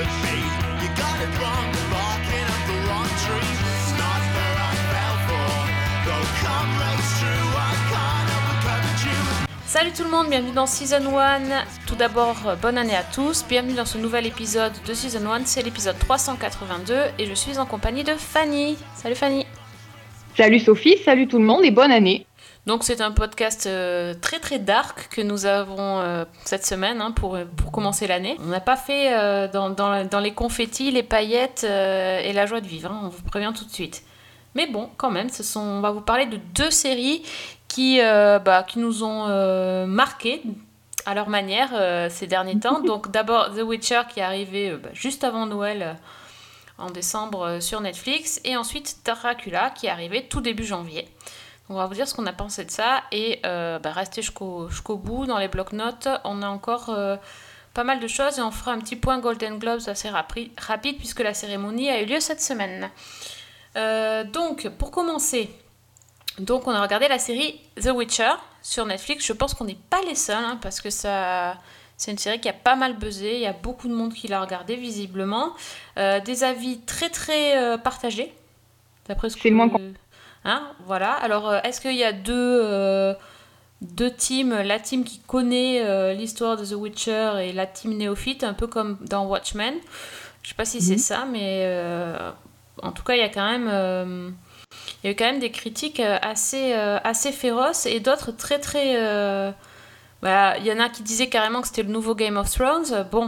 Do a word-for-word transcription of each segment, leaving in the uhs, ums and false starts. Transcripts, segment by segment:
should be. You got it wrong, barking up the wrong tree. It's not where I fell for. Though come race true, I can't help but covet you. Salut tout le monde, bienvenue dans Season un. Tout d'abord, bonne année à tous. Bienvenue dans ce nouvel épisode de Season un. C'est l'épisode trois cent quatre-vingt-deux et je suis en compagnie de Fanny. Salut Fanny. Salut Sophie, salut tout le monde et bonne année. Donc c'est un podcast euh, très très dark que nous avons euh, cette semaine hein, pour, pour commencer l'année. On n'a pas fait euh, dans, dans, dans les confettis, les paillettes euh, et la joie de vivre, hein, on vous prévient tout de suite. Mais bon, quand même, ce sont, on va vous parler de deux séries qui, euh, bah, qui nous ont euh, marqués à leur manière euh, ces derniers temps. Donc d'abord The Witcher qui est arrivé euh, bah, juste avant Noël euh, en décembre euh, sur Netflix, et ensuite Dracula qui est arrivé tout début janvier. On va vous dire ce qu'on a pensé de ça et euh, bah, restez jusqu'au, jusqu'au bout dans les blocs-notes. On a encore euh, pas mal de choses et on fera un petit point Golden Globes assez rapi- rapide puisque la cérémonie a eu lieu cette semaine. Euh, donc, pour commencer, donc on a regardé la série The Witcher sur Netflix. Je pense qu'on n'est pas les seuls hein, parce que ça, c'est une série qui a pas mal buzzé. Il y a beaucoup de monde qui l'a regardé visiblement. Euh, des avis très très euh, partagés. D'après ce C'est que... le moins Hein, voilà. Alors, euh, est-ce qu'il y a deux, euh, deux teams, la team qui connaît euh, l'histoire de The Witcher et la team néophyte, un peu comme dans Watchmen. Je sais pas si mm-hmm. c'est ça, mais euh, en tout cas, il y a quand même, euh, il y a eu quand même des critiques assez, euh, assez féroces et d'autres très très. Euh, voilà, il y en a qui disaient carrément que c'était le nouveau Game of Thrones. Bon.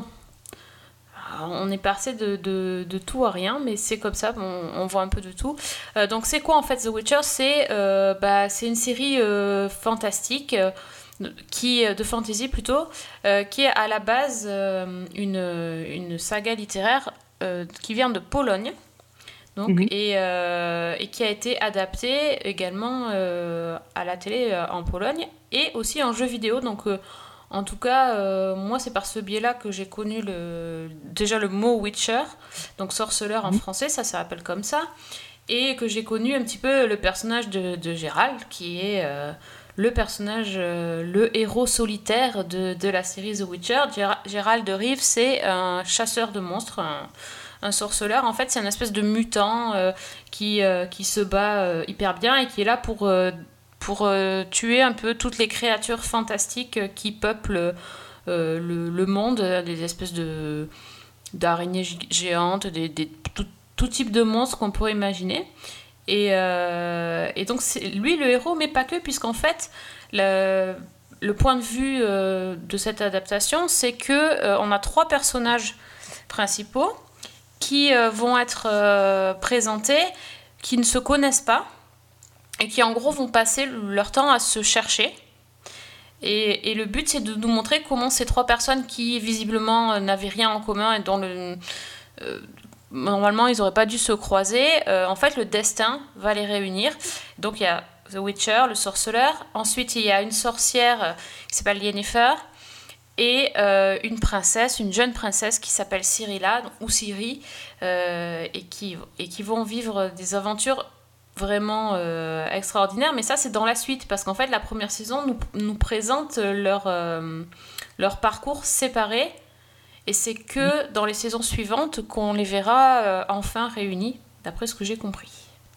On est passé de, de, de tout à rien, mais c'est comme ça, on, on voit un peu de tout. Euh, donc c'est quoi en fait The Witcher ? C'est, euh, bah, c'est une série euh, fantastique, euh, qui, de fantasy plutôt, euh, qui est à la base euh, une, une saga littéraire euh, qui vient de Pologne, donc, mm-hmm. et, euh, et qui a été adaptée également euh, à la télé euh, en Pologne, et aussi en jeu vidéo, donc... Euh, En tout cas, euh, moi, c'est par ce biais-là que j'ai connu le, déjà le mot Witcher, donc sorceleur en français, ça s'appelle comme ça, et que j'ai connu un petit peu le personnage de, de Gérald, qui est euh, le personnage, euh, le héros solitaire de, de la série The Witcher. Gérald de Rive, c'est un chasseur de monstres, un, un sorceleur. En fait, c'est une espèce de mutant euh, qui, euh, qui se bat euh, hyper bien et qui est là pour... Euh, pour euh, tuer un peu toutes les créatures fantastiques qui peuplent euh, le, le monde, des espèces de, d'araignées géantes, des, des, tout, tout type de monstres qu'on pourrait imaginer. Et, euh, et donc, c'est lui le héros, mais pas que, puisqu'en fait, le, le point de vue euh, de cette adaptation, c'est qu'on euh, a trois personnages principaux qui euh, vont être euh, présentés, qui ne se connaissent pas, et qui en gros vont passer leur temps à se chercher. Et, et le but c'est de nous montrer comment ces trois personnes qui visiblement euh, n'avaient rien en commun et dont le, euh, normalement ils n'auraient pas dû se croiser, euh, en fait le destin va les réunir. Donc il y a The Witcher, le sorceleur, ensuite il y a une sorcière euh, qui s'appelle Yennefer, et euh, une princesse, une jeune princesse qui s'appelle Cyrilla, ou Ciri, euh, et, qui, et qui vont vivre des aventures vraiment euh, extraordinaire, mais ça c'est dans la suite, parce qu'en fait la première saison nous, nous présente leur, euh, leur parcours séparé, et c'est que dans les saisons suivantes qu'on les verra euh, enfin réunis, d'après ce que j'ai compris.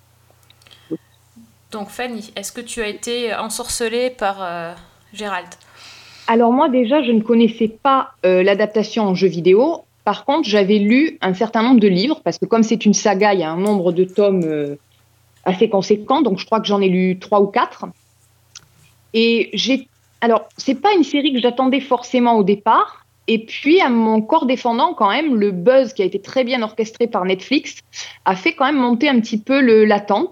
Donc Fanny, est-ce que tu as été ensorcelée par euh, Gérald ? Alors moi déjà je ne connaissais pas euh, l'adaptation en jeu vidéo, par contre j'avais lu un certain nombre de livres, parce que comme c'est une saga, il y a un nombre de tomes euh, assez conséquent, donc je crois que j'en ai lu trois ou quatre. Et j'ai... Alors, c'est pas une série que j'attendais forcément au départ, et puis à mon corps défendant, quand même, le buzz qui a été très bien orchestré par Netflix a fait quand même monter un petit peu le, l'attente.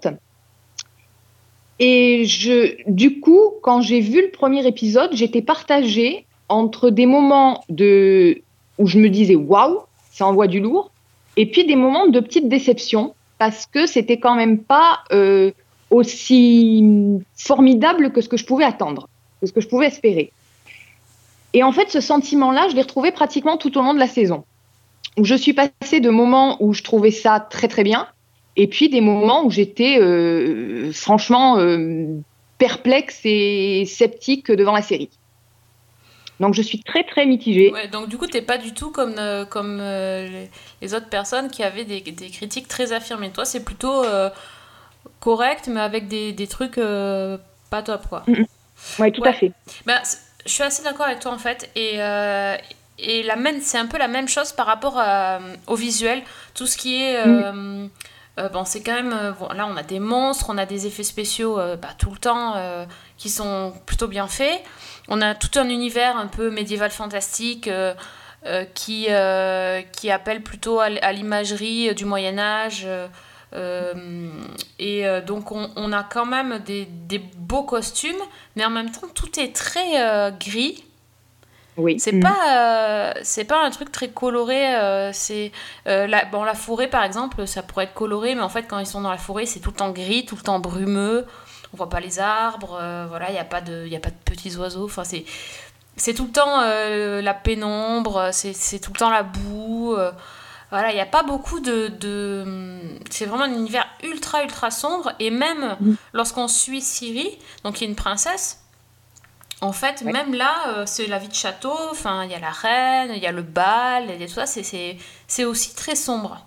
Et je, du coup, quand j'ai vu le premier épisode, j'étais partagée entre des moments de... où je me disais « waouh, ça envoie du lourd », et puis des moments de petite déception, parce que c'était quand même pas euh, aussi formidable que ce que je pouvais attendre, que ce que je pouvais espérer. Et en fait, ce sentiment-là, je l'ai retrouvé pratiquement tout au long de la saison, où je suis passée de moments où je trouvais ça très très bien, et puis des moments où j'étais euh, franchement euh, perplexe et sceptique devant la série. Donc je suis très très mitigée. Ouais, donc du coup, t'es pas du tout comme, euh, comme euh, les, les autres personnes qui avaient des, des critiques très affirmées. Toi, c'est plutôt euh, correct, mais avec des, des trucs euh, pas top, quoi. Mm, mm. Ouais, tout à Ouais, fait. bah, c- je suis assez d'accord avec toi, en fait. Et, euh, et la même, c'est un peu la même chose par rapport à- au visuel. Tout ce qui est... Mm. euh, euh, bon, c'est quand même... euh, bon, là, on a des monstres, on a des effets spéciaux euh, bah, tout le temps euh, qui sont plutôt bien faits. On a tout un univers un peu médiéval fantastique euh, euh, qui, euh, qui appelle plutôt à, l- à l'imagerie du Moyen-Âge. euh, euh, et euh, donc, on, on a quand même des, des beaux costumes, mais en même temps, tout est très euh, gris. Oui. C'est Mm. pas, euh, c'est pas un truc très coloré. euh, c'est euh, la, bon, la forêt, par exemple, ça pourrait être coloré, mais en fait, quand ils sont dans la forêt, c'est tout le temps gris, tout le temps brumeux. On voit pas les arbres. euh, voilà, il y a pas de, il y a pas de petits oiseaux. Enfin, c'est, c'est tout le temps euh, la pénombre. C'est, c'est tout le temps la boue. euh, voilà, il y a pas beaucoup de, de, c'est vraiment un univers ultra ultra sombre. Et même Mm. lorsqu'on suit Ciri, donc qui est une princesse. En fait, Ouais. même là, euh, c'est la vie de château, enfin, il y a la reine, il y a le bal, il y a tout ça, c'est, c'est, c'est aussi très sombre.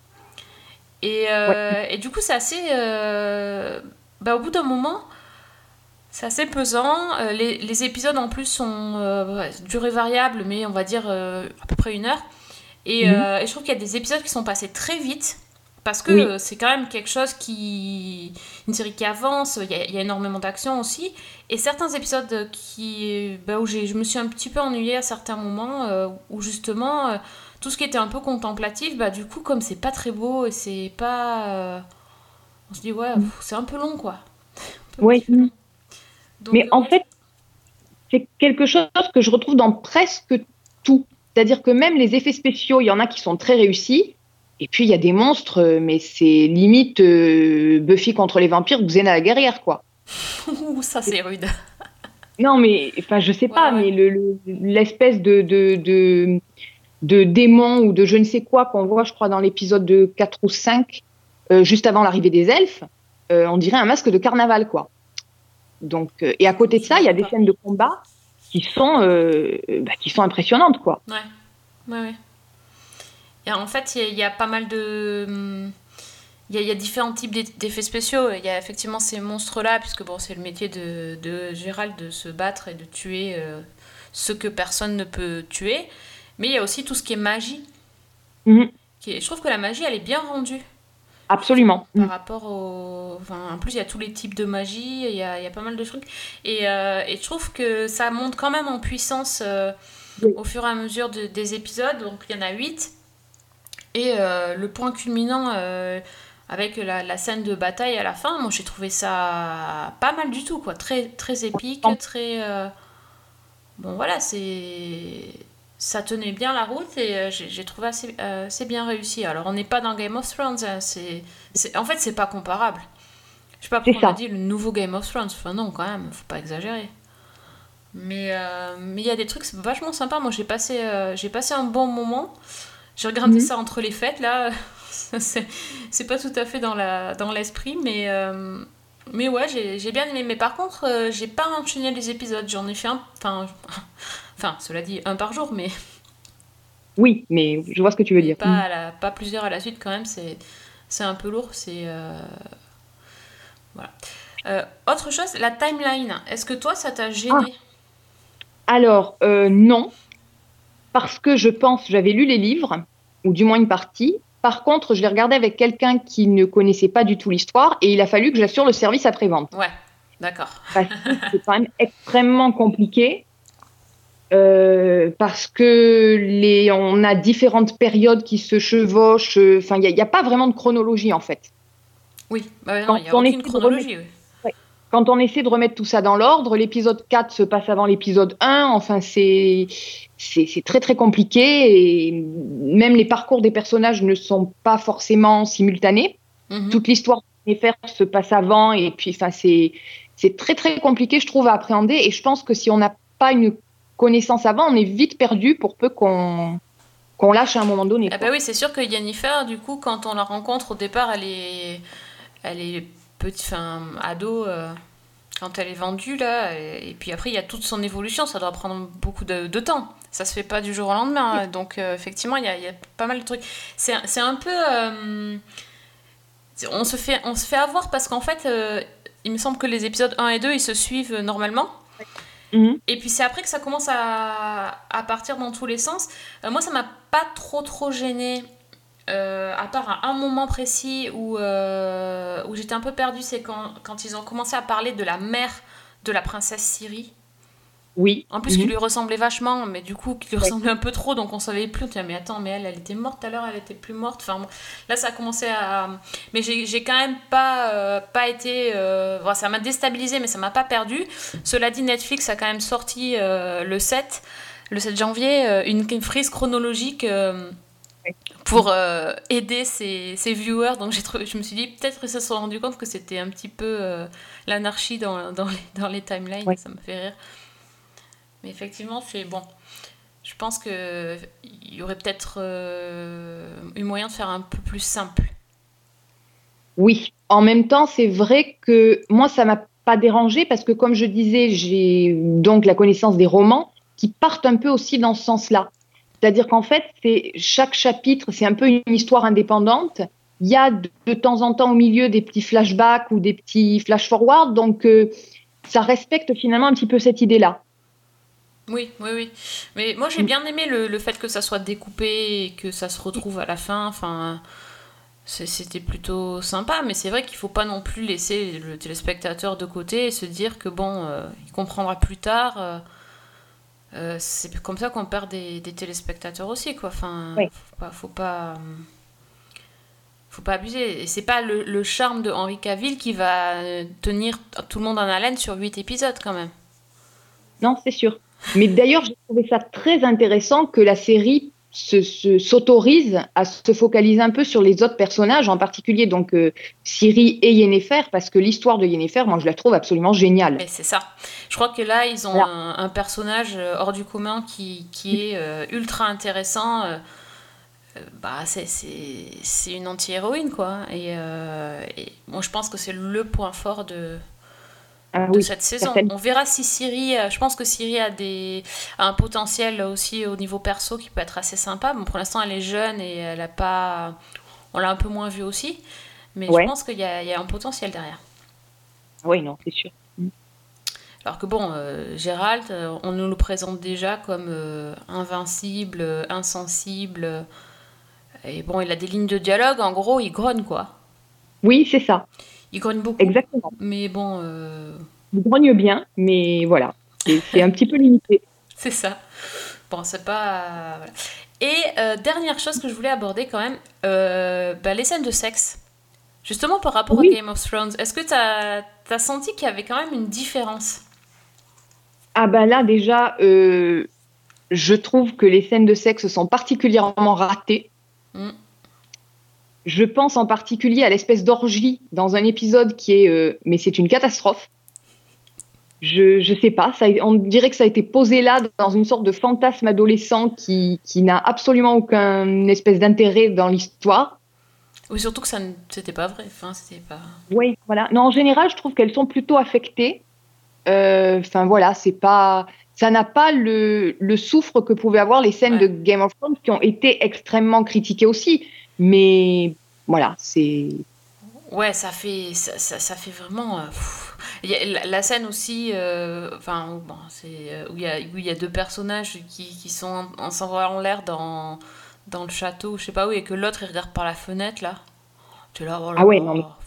Et, Ouais. euh, et du coup, c'est assez... euh, bah, au bout d'un moment, c'est assez pesant. Euh, les, les épisodes, en plus, sont euh, ouais, durée variable, mais on va dire euh, à peu près une heure. Et, Mhm. euh, et je trouve qu'il y a des épisodes qui sont passés très vite, parce que Oui. euh, c'est quand même quelque chose qui... Une série qui avance, il y a, il y a énormément d'action aussi. Et certains épisodes qui, bah, où j'ai, je me suis un petit peu ennuyée à certains moments, euh, où justement, euh, tout ce qui était un peu contemplatif, bah, du coup, comme c'est pas très beau et c'est pas... euh, on se dit, ouais, Mm. pff, c'est un peu long, quoi. Un peu un Oui. petit peu long. Donc, Mais euh, en ouais, fait, c'est quelque chose que je retrouve dans presque tout. C'est-à-dire que même les effets spéciaux, il y en a qui sont très réussis. Et puis, il y a des monstres, euh, mais c'est limite euh, Buffy contre les vampires ou Xena la guerrière, quoi. ouh, ça c'est rude. Non, mais enfin, je sais Ouais, pas, ouais. mais le, le- l'espèce de, de, de, de démon ou de je ne sais quoi qu'on voit, je crois, dans l'épisode de quatre ou cinq, euh, juste avant l'arrivée des elfes, euh, on dirait un masque de carnaval, quoi. Donc, euh, et à côté de Je ça, il y a vois des pas. scènes de combat qui sont, euh, bah, qui sont impressionnantes, quoi. Ouais, ouais, ouais. Et en fait, il y, a- il y a pas mal de... hum, Il y, a, il y a différents types d'e- d'effets spéciaux. Il y a effectivement ces monstres-là, puisque bon, c'est le métier de, de Gérald de se battre et de tuer euh, ce que personne ne peut tuer. Mais il y a aussi tout ce qui est magie. Mhm. Qui est- je trouve que la magie, elle est bien rendue, justement, Absolument. par Mhm. rapport au... Enfin, en plus, il y a tous les types de magie, il y a, il y a pas mal de trucs. Et, euh, et je trouve que ça monte quand même en puissance euh, Oui. au fur et à mesure de- des épisodes. Donc, il y en a huit. Et euh, le point culminant euh, avec la, la scène de bataille à la fin, moi j'ai trouvé ça pas mal du tout, quoi. Très, très épique, très... euh, Bon voilà, c'est... Ça tenait bien la route et euh, j'ai j'ai trouvé assez, euh, assez bien réussi. Alors on n'est pas dans Game of Thrones, hein, c'est, c'est... en fait c'est pas comparable. Je sais pas C'est pourquoi on a ça. dit le nouveau Game of Thrones, enfin non quand même, faut pas exagérer. Mais euh, mais il y a des trucs vachement sympas, moi j'ai passé, euh, j'ai passé un bon moment. J'ai regardé Mhm. ça entre les fêtes, là. c'est, c'est pas tout à fait dans, la, dans l'esprit, mais, euh, mais ouais, j'ai, j'ai bien aimé. Mais par contre, euh, j'ai pas enchaîné les épisodes. J'en ai fait un. Enfin, enfin, cela dit, un par jour, mais, Oui, mais je vois ce que tu veux mais dire. pas, Mhm. à la, pas plusieurs à la suite quand même. C'est, c'est un peu lourd. C'est. euh, voilà. Euh, autre chose, la timeline. Est-ce que toi, ça t'a Ah, gêné? alors, euh, non, parce que je pense, j'avais lu les livres, ou du moins une partie. Par contre, je l'ai regardé avec quelqu'un qui ne connaissait pas du tout l'histoire, et il a fallu que j'assure le service après-vente. Ouais, d'accord. Parce que c'est quand même extrêmement compliqué. Euh, parce que les, on a différentes périodes qui se chevauchent. euh, Enfin, il n'y a, il y a pas vraiment de chronologie en fait. Oui, bah non, il Quand n'y a on aucune essaie de remettre, chronologie. Oui. ouais, quand on essaie de remettre tout ça dans l'ordre, l'épisode quatre se passe avant l'épisode un. Enfin, c'est, c'est, c'est très très compliqué et même les parcours des personnages ne sont pas forcément simultanés. Mhm. Toute l'histoire de Jennifer se passe avant et puis, enfin, c'est, c'est très très compliqué, je trouve, à appréhender. Et je pense que si on n'a pas une connaissance avant, on est vite perdu pour peu qu'on qu'on lâche à un moment donné, Ah bah quoi. oui, c'est sûr que Yennefer, du coup, quand on la rencontre au départ, elle est, elle est petite, enfin, ado, euh, quand elle est vendue, là. Et, et puis après, il y a toute son évolution. Ça doit prendre beaucoup de, de temps. Ça se fait pas du jour au lendemain. Hein. Donc, euh, effectivement, il y a, il y a pas mal de trucs. C'est, c'est un peu... euh, on, se fait, on se fait avoir parce qu'en fait, euh, il me semble que les épisodes un et deux, ils se suivent normalement. Mhm. Et puis c'est après que ça commence à, à partir dans tous les sens. Euh, moi, ça m'a pas trop trop gênée, euh, à part à un moment précis où, euh, où j'étais un peu perdue, c'est quand, quand ils ont commencé à parler de la mère de la princesse Siri. Oui. En plus, qui Mhm. lui ressemblait vachement, mais du coup, qui lui Ouais. ressemblait un peu trop, donc on savait plus. On disait, mais attends, mais elle, elle était morte tout à l'heure, elle était plus morte. Enfin, bon, là, ça a commencé à. Mais j'ai, j'ai quand même pas, euh, pas été. Euh... bon, ça m'a déstabilisé, mais ça m'a pas perdu. Cela dit, Netflix a quand même sorti euh, le sept, le sept janvier, euh, une, une frise chronologique. Euh, pour euh, aider ses, ses viewers, donc j'ai trouvé, je me suis dit peut-être qu'ils se sont rendus compte que c'était un petit peu euh, l'anarchie dans, dans, les, dans les timelines, Ouais. ça me fait rire. Mais effectivement, c'est bon. Je pense qu'il y aurait peut-être euh, eu moyen de faire un peu plus simple. Oui. En même temps, c'est vrai que moi, ça m'a pas dérangé parce que, comme je disais, j'ai donc la connaissance des romans qui partent un peu aussi dans ce sens-là. C'est-à-dire qu'en fait, c'est chaque chapitre, c'est un peu une histoire indépendante. Il y a de, de temps en temps au milieu des petits flashbacks ou des petits flash-forward, donc euh, ça respecte finalement un petit peu cette idée-là. Oui, oui, oui. Mais moi, j'ai bien aimé le, le fait que ça soit découpé et que ça se retrouve à la fin. Enfin, c'est- c'était plutôt sympa. Mais c'est vrai qu'il faut pas non plus laisser le téléspectateur de côté et se dire que bon, euh, il comprendra plus tard. euh, euh, c'est comme ça qu'on perd des, des téléspectateurs aussi, quoi. Enfin, Oui. faut pas, faut pas, euh, faut pas abuser. Et c'est pas le, le charme de Henry Cavill qui va euh, tenir tout le monde en haleine sur huit épisodes, quand même. Non, c'est sûr. Mais d'ailleurs, j'ai trouvé ça très intéressant que la série se, se- s'autorise à se focaliser un peu sur les autres personnages, en particulier donc euh, Ciri et Yennefer, parce que l'histoire de Yennefer, moi, je la trouve absolument géniale. Mais c'est ça. Je crois que là, ils ont Voilà. un, un personnage euh, hors du commun qui, qui est euh, ultra intéressant. euh, euh, bah, c'est, c'est, c'est une anti-héroïne, quoi. Et, euh, et moi, je pense que c'est le point fort de, Ah de oui, cette saison. certaines. On verra si Ciri. euh, Je pense que Ciri a, des, a un potentiel aussi au niveau perso qui peut être assez sympa. Bon, pour l'instant, elle est jeune et elle a pas. On l'a un peu moins vue aussi. Mais je Ouais. pense qu'il y a, il y a un potentiel derrière. Oui, non, c'est sûr. Alors que bon, euh, Gérald, euh, on nous le présente déjà comme euh, invincible, euh, insensible. euh, et bon, il a des lignes de dialogue, en gros, il grogne quoi. Oui, c'est ça, Il grogne beaucoup. exactement. Mais bon, euh, Il grogne bien, mais voilà, c'est c'est un petit peu limité. c'est ça. Bon, c'est pas. Voilà. Et euh, dernière chose que je voulais aborder quand même, euh, bah, les scènes de sexe. Justement par rapport à Oui. Game of Thrones, est-ce que t'as as senti qu'il y avait quand même une différence? Ah ben là, déjà, euh, je trouve que les scènes de sexe sont particulièrement ratées. Mm. Je pense en particulier à l'espèce d'orgie dans un épisode qui est, euh, mais c'est une catastrophe. Je, je sais pas, ça, a- on dirait que ça a été posé là dans une sorte de fantasme adolescent qui, qui n'a absolument aucun espèce d'intérêt dans l'histoire. Ou surtout que ça ne- c'était pas vrai. Enfin, c'était pas. Oui, voilà. Non, en général, je trouve qu'elles sont plutôt affectées. Euh, Enfin voilà, c'est pas, ça n'a pas le, le souffle que pouvaient avoir les scènes de Ouais. Game of Thrones qui ont été extrêmement critiquées aussi. Mais voilà, c'est. Ouais, ça fait, ça, ça, ça fait vraiment. euh, pff. Il y a la, la scène aussi, euh, enfin, où, bon, c'est, euh, où il y a, où il y a deux personnages qui, qui sont en, en s'envolant en l'air dans, dans le château, je sais pas où, et que l'autre il regarde par la fenêtre là. Tu es là, oh là Ah ouais, non mais. là.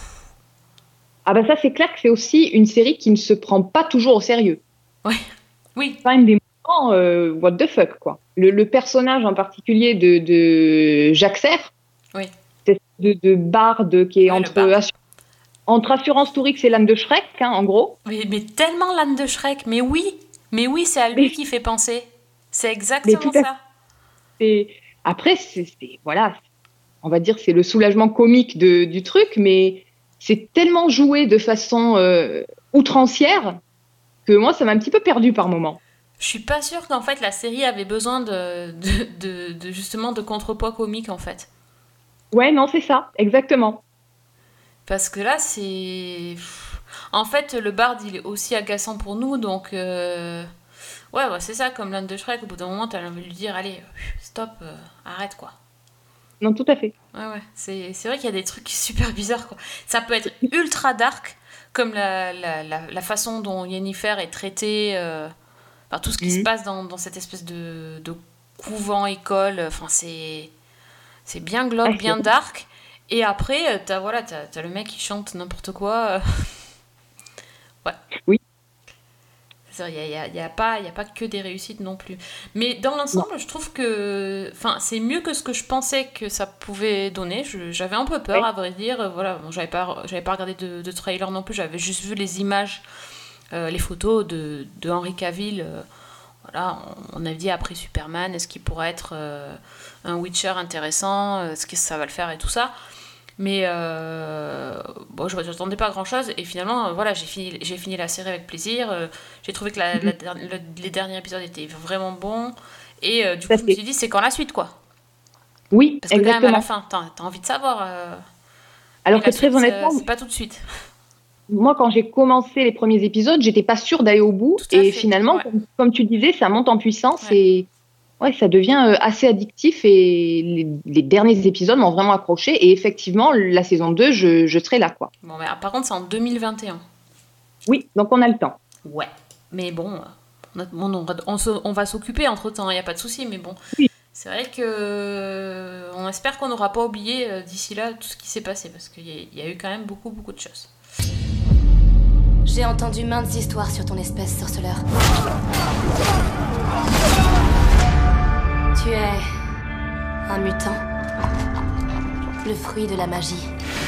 Ah ben ça, c'est clair que c'est aussi une série qui ne se prend pas toujours au sérieux. Ouais, oui, Quand même des moments, euh, what the fuck, quoi. Le, le personnage en particulier de, de Jacques Serre, oui, c'est de, de barde qui est ouais, le entre, bar. assu- entre Assurance Tourix et l'âne de Shrek, hein, en gros. Mais, mais tellement l'âne de Shrek, mais oui, mais oui, c'est à lui Mais, qui fait penser. C'est mais exactement tout à ça. fait. Après, c'est, c'est- voilà, on va dire c'est le soulagement comique de, du truc, mais c'est tellement joué de façon euh, outrancière que moi, ça m'a un petit peu perdu par moment. Je suis pas sûre qu'en fait la série avait besoin de, de, de, de justement de contrepoids comique en fait. Ouais, non, c'est ça, exactement. Parce que là, c'est. En fait, le Bard, il est aussi agaçant pour nous, donc... euh, Ouais, ouais, c'est ça, comme l'âne de Shrek, au bout d'un moment, t'as envie de lui dire, allez, stop, euh, arrête, quoi. Non, tout à fait. Ouais, ouais, c'est, c'est vrai qu'il y a des trucs super bizarres, quoi. Ça peut être ultra dark, comme la, la, la, la façon dont Yennefer est traitée, euh, par tout ce qui Mhm. se passe dans, dans cette espèce de, de couvent, école, enfin, c'est, c'est bien Ah, glauque, c'est bien vrai. dark. Et après, euh, t'as, voilà, t'as, t'as le mec qui chante n'importe quoi. euh, Ouais. Oui. Il n'y a, y a- y a pas y a pas que des réussites non plus. Mais dans Non. l'ensemble, je trouve que enfin, c'est mieux que ce que je pensais que ça pouvait donner. Je- j'avais un peu peur, Ouais. à vrai dire. Euh, Voilà, bon, j'avais pas, j'avais pas regardé de, de trailer non plus. J'avais juste vu les images, euh, les photos de, de Henry Cavill. euh, voilà, on, on a dit après Superman, est-ce qu'il pourrait être euh, un Witcher intéressant? Est-ce que ça va le faire et tout ça? Mais euh, bon, je n'attendais pas grand chose et finalement, euh, voilà, j'ai fini, j'ai fini la série avec plaisir. Euh, j'ai trouvé que la, la Mhm. der- le- les derniers épisodes étaient vraiment bons. Et euh, du Tout coup, à je me fait. suis dit, c'est quand la suite, quoi. Oui, Parce que quand même, à la exactement. fin, t'as, t'as envie de savoir. euh, mais Alors que la très suite, euh, honnêtement, c'est pas tout de suite. moi, quand j'ai commencé les premiers épisodes, j'étais pas sûre d'aller au bout. Tout à Et fait. finalement, Ouais. comme, comme tu disais, ça monte en puissance Ouais. et ouais, ça devient euh, assez addictif. Et les, les derniers épisodes m'ont vraiment accroché. Et effectivement, la saison deux, je, je serai là, quoi. Bon, mais ah, par contre, c'est en deux mille vingt et un. Oui, donc on a le temps. Ouais. Mais bon, euh, on, a- bon, on va, on se- on va s'occuper entre temps, il n'y a pas de souci. Mais bon, Oui. c'est vrai que euh, on espère qu'on n'aura pas oublié euh, d'ici là tout ce qui s'est passé parce qu'il y, a- il y a eu quand même beaucoup, beaucoup de choses. J'ai entendu maintes histoires sur ton espèce, sorceleur. Tu es un mutant, le fruit de la magie.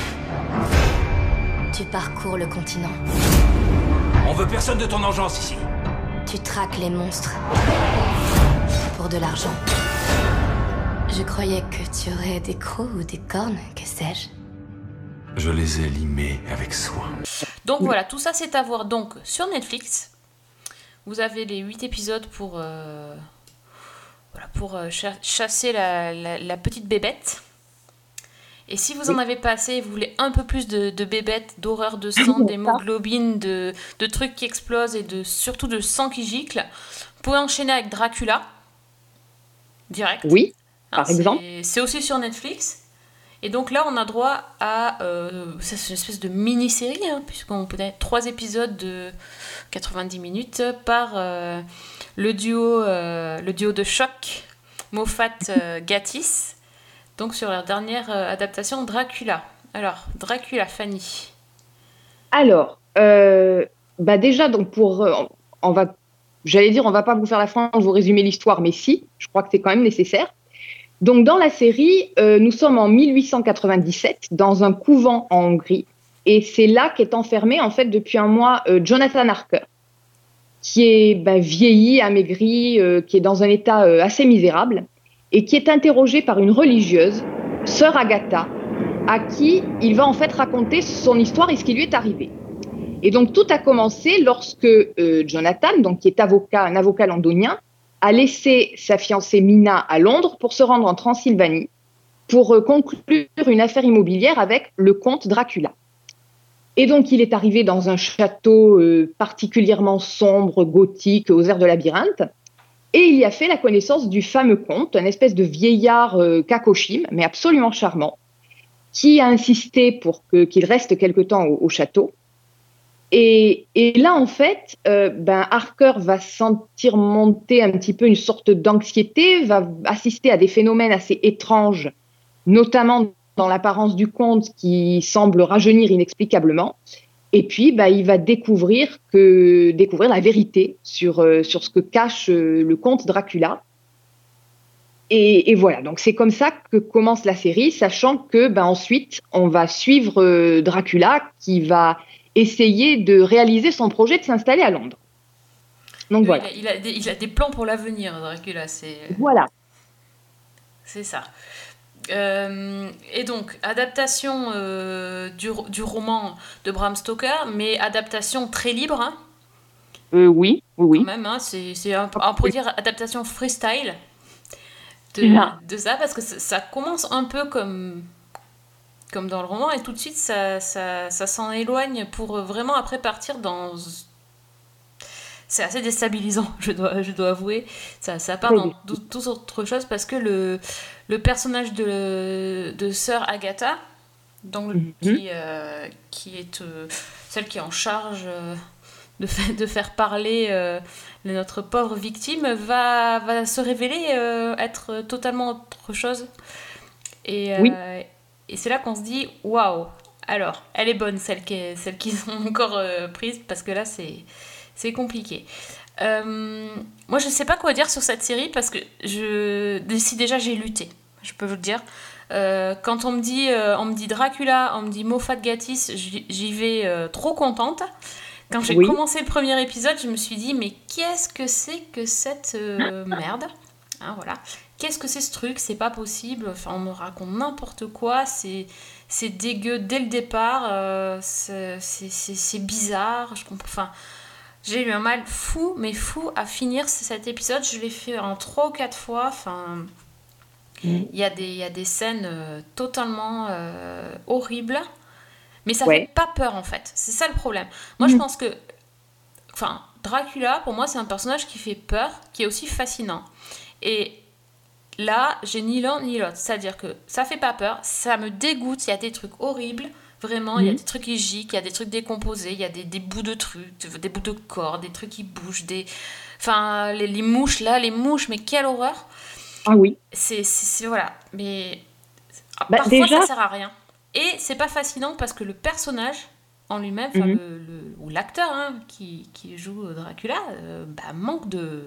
Tu parcours le continent. On veut personne de ton engeance ici. Tu traques les monstres pour de l'argent. Je croyais que tu aurais des crocs ou des cornes, que sais-je. Je les ai limés avec soin. Donc voilà, tout ça c'est à voir donc sur Netflix. Vous avez les huit épisodes pour, euh, voilà, pour euh, cha- chasser la, la- la petite bébête. Et si vous en Oui. avez pas assez, vous voulez un peu plus de, de bébêtes, d'horreur, de sang, d'hémoglobine, de, de trucs qui explosent et de, surtout de sang qui gicle, vous pouvez enchaîner avec Dracula, direct. Oui, Hein, par exemple. c'est, c'est aussi sur Netflix. Et donc là, on a droit à... Euh, ça, c'est une espèce de mini-série, hein, puisqu'on peut être trois épisodes de quatre-vingt-dix minutes par euh, le, duo, euh, le duo de choc, Moffat euh, Gatiss, donc sur leur dernière euh, adaptation Dracula. Alors, Dracula, Fanny. Alors, euh, bah déjà, donc pour, euh, on va, j'allais dire, on va pas vous faire la fin de vous résumer l'histoire, mais si, je crois que c'est quand même nécessaire. Donc, dans la série, euh, nous sommes en mille huit cent quatre-vingt-dix-sept dans un couvent en Hongrie, et c'est là qu'est enfermé en fait depuis un mois euh, Jonathan Harker, qui est bah, vieilli, amaigri, euh, qui est dans un état euh, assez misérable, et qui est interrogé par une religieuse, sœur Agatha, à qui il va en fait raconter son histoire et ce qui lui est arrivé. Et donc tout a commencé lorsque euh, Jonathan, donc qui est avocat, un avocat londonien, a laissé sa fiancée Mina à Londres pour se rendre en Transylvanie pour euh, conclure une affaire immobilière avec le comte Dracula. Et donc il est arrivé dans un château euh, particulièrement sombre, gothique, aux airs de labyrinthe, et il y a fait la connaissance du fameux comte, un espèce de vieillard euh, cacochime, mais absolument charmant, qui a insisté pour que, qu'il reste quelque temps au, au château. Et, et là, en fait, euh, ben Harker va sentir monter un petit peu une sorte d'anxiété, va assister à des phénomènes assez étranges, notamment dans l'apparence du comte qui semble rajeunir inexplicablement. Et puis, ben, il va découvrir, que, découvrir la vérité sur, euh, sur ce que cache euh, le comte Dracula. Et, et voilà, donc c'est comme ça que commence la série, sachant que ben, ensuite, on va suivre euh, Dracula qui va essayer de réaliser son projet de s'installer à Londres. Donc Oui, voilà. il, a, il, a des, il a des plans pour l'avenir, Dracula, c'est, Voilà. c'est ça. Euh, et donc, adaptation euh, du, du roman de Bram Stoker, mais adaptation très libre, hein, Euh, oui, oui, quand oui. même. Hein, c'est, c'est un, on pourrait dire adaptation freestyle de, C'est ça. de ça, parce que ça, ça commence un peu comme, comme dans le roman, et tout de suite ça, ça, ça s'en éloigne pour vraiment après partir dans... C'est assez déstabilisant, je dois, je dois avouer. Ça, ça part dans toute autre chose parce que le, le personnage de, de Sœur Agatha, donc, mm-hmm. qui, euh, qui est euh, celle qui est en charge euh, de, fa- de faire parler euh, notre pauvre victime, va, va se révéler euh, être totalement autre chose. Et, euh, oui. et c'est là qu'on se dit, waouh, alors, elle est bonne, celle, qui est, celle qu'ils ont encore euh, prise, parce que là, c'est... C'est compliqué. Euh, moi, je ne sais pas quoi dire sur cette série parce que je, si déjà j'ai lutté, je peux vous le dire. Euh, quand on me dit, euh, on me dit Dracula, on me dit Moffat Gatiss, j'y, j'y vais euh, trop contente. Quand j'ai oui. commencé le premier épisode, je me suis dit mais qu'est-ce que c'est que cette euh, merde, hein, voilà. Qu'est-ce que c'est ce truc ? C'est pas possible. Enfin, on me raconte n'importe quoi. C'est c'est dégueu dès le départ. Euh, c'est, c'est, c'est, c'est bizarre. Je comprends. Enfin. J'ai eu un mal fou, mais fou à finir cet épisode. Je l'ai fait en trois ou quatre fois. Enfin, il mmh. y a des, il y a des scènes euh, totalement euh, horribles, mais ça ouais. fait pas peur en fait. C'est ça le problème. Moi, mmh. je pense que, enfin, Dracula, pour moi, c'est un personnage qui fait peur, qui est aussi fascinant. Et là, j'ai ni l'un ni l'autre. C'est-à-dire que ça fait pas peur, ça me dégoûte. Il y a des trucs horribles. Vraiment, il mmh. y a des trucs qui giclent, il y a des trucs décomposés, il y a des, des bouts de trucs, des bouts de corps, des trucs qui bougent, des... Enfin, les, les mouches, là, les mouches, mais quelle horreur. Ah oui. C'est, c'est, c'est voilà, mais bah, parfois, déjà... ça sert à rien. Et c'est pas fascinant parce que le personnage en lui-même, mmh. le, le, ou l'acteur hein, qui, qui joue Dracula, euh, bah, manque de...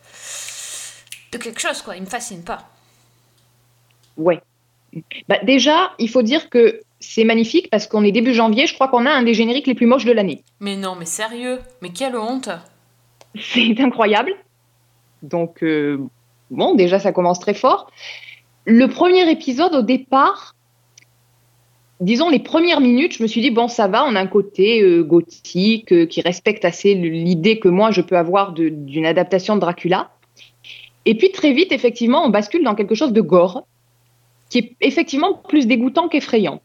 de quelque chose, quoi. Il me fascine pas. Ouais. Bah, déjà, il faut dire que c'est magnifique parce qu'on est début janvier, je crois qu'on a un des génériques les plus moches de l'année. Mais non, mais sérieux, mais quelle honte. C'est incroyable. Donc, euh, bon, déjà, ça commence très fort. Le premier épisode, au départ, disons les premières minutes, je me suis dit, bon, ça va, on a un côté euh, gothique euh, qui respecte assez l'idée que moi, je peux avoir de, d'une adaptation de Dracula. Et puis, très vite, effectivement, on bascule dans quelque chose de gore, qui est effectivement plus dégoûtant qu'effrayant.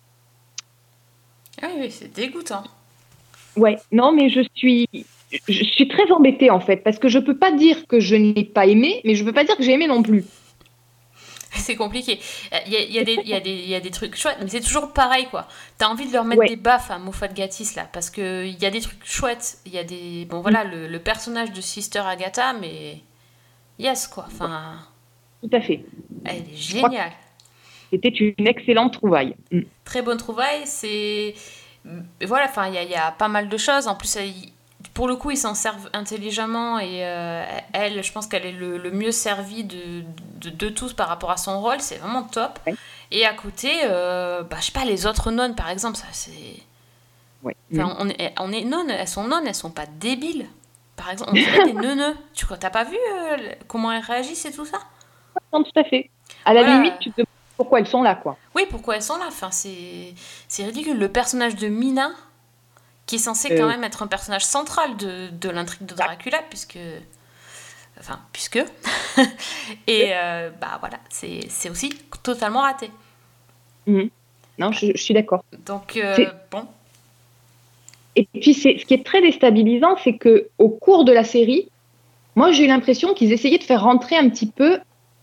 Ah oui, c'est dégoûtant. Ouais, non, mais je suis, je suis très embêtée en fait, parce que je peux pas dire que je n'ai pas aimé, mais je peux pas dire que j'ai aimé non plus. C'est compliqué. Il y a, il y a, des, il y a, des, il y a des trucs chouettes, mais c'est toujours pareil, quoi. T'as envie de leur mettre ouais. des baffes à Moffat Gatiss, là, parce qu'il y a des trucs chouettes. Il y a des... Bon, voilà, mm. le, le personnage de Sister Agatha, mais... Yes, quoi. Enfin... Tout à fait. Elle est géniale. C'était une excellente trouvaille. Mm. Très bonne trouvaille. C'est... Voilà, enfin, il y, y a pas mal de choses. En plus, elle, pour le coup, ils s'en servent intelligemment et euh, elle, je pense qu'elle est le, le mieux servie de, de, de tous par rapport à son rôle. C'est vraiment top. Ouais. Et à côté, euh, bah, je sais pas, les autres nonnes, par exemple, ça, c'est... Ouais. Enfin, mm. on, est, on est nonnes, elles sont nonnes, elles sont pas débiles. Par exemple, on dirait des neuneux. Tu t'as pas vu euh, comment elles réagissent et tout ça ? Non, tout à fait. À la voilà. limite, tu te demandes pourquoi elles sont là, quoi. Oui, pourquoi elles sont là. Enfin, c'est, c'est ridicule. Le personnage de Mina, qui est censé euh... quand même être un personnage central de, de l'intrigue de Dracula, puisque... Enfin, puisque... et euh, bah voilà, c'est, c'est aussi totalement raté. Mmh. Non, je, je suis d'accord. Donc, euh, bon... Et puis, c'est, ce qui est très déstabilisant, c'est qu'au cours de la série, moi, j'ai eu l'impression qu'ils essayaient de faire rentrer un petit peu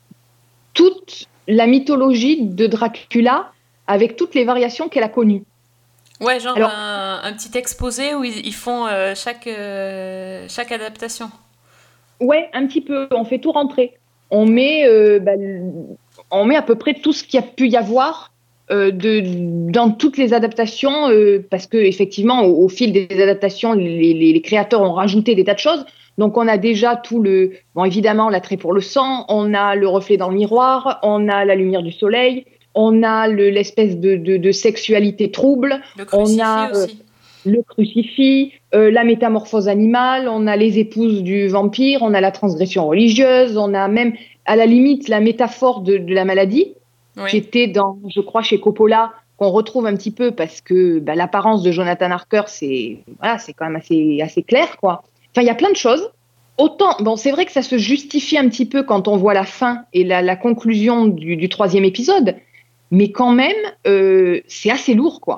toute la mythologie de Dracula avec toutes les variations qu'elle a connues. Ouais, genre Alors, un, un petit exposé où ils, ils font euh, chaque, euh, chaque adaptation. Ouais, un petit peu. On fait tout rentrer. On met, euh, bah, on met à peu près tout ce qu'il y a pu y avoir Euh, de, dans toutes les adaptations, euh, parce que effectivement, au, au fil des adaptations, les, les, les créateurs ont rajouté des tas de choses. Donc, on a déjà tout le, bon, évidemment, l'attrait pour le sang, on a le reflet dans le miroir, on a la lumière du soleil, on a le, l'espèce de, de, de sexualité trouble, le on a euh, le crucifix, euh, la métamorphose animale, on a les épouses du vampire, on a la transgression religieuse, on a même, à la limite, la métaphore de, de la maladie. Oui. Qui était dans, je crois, chez Coppola, qu'on retrouve un petit peu parce que bah, l'apparence de Jonathan Harker, c'est, voilà, c'est quand même assez, assez clair, quoi. Enfin, il y a plein de choses. Autant, bon, c'est vrai que ça se justifie un petit peu quand on voit la fin et la, la conclusion du, du troisième épisode, mais quand même, euh, c'est assez lourd, quoi.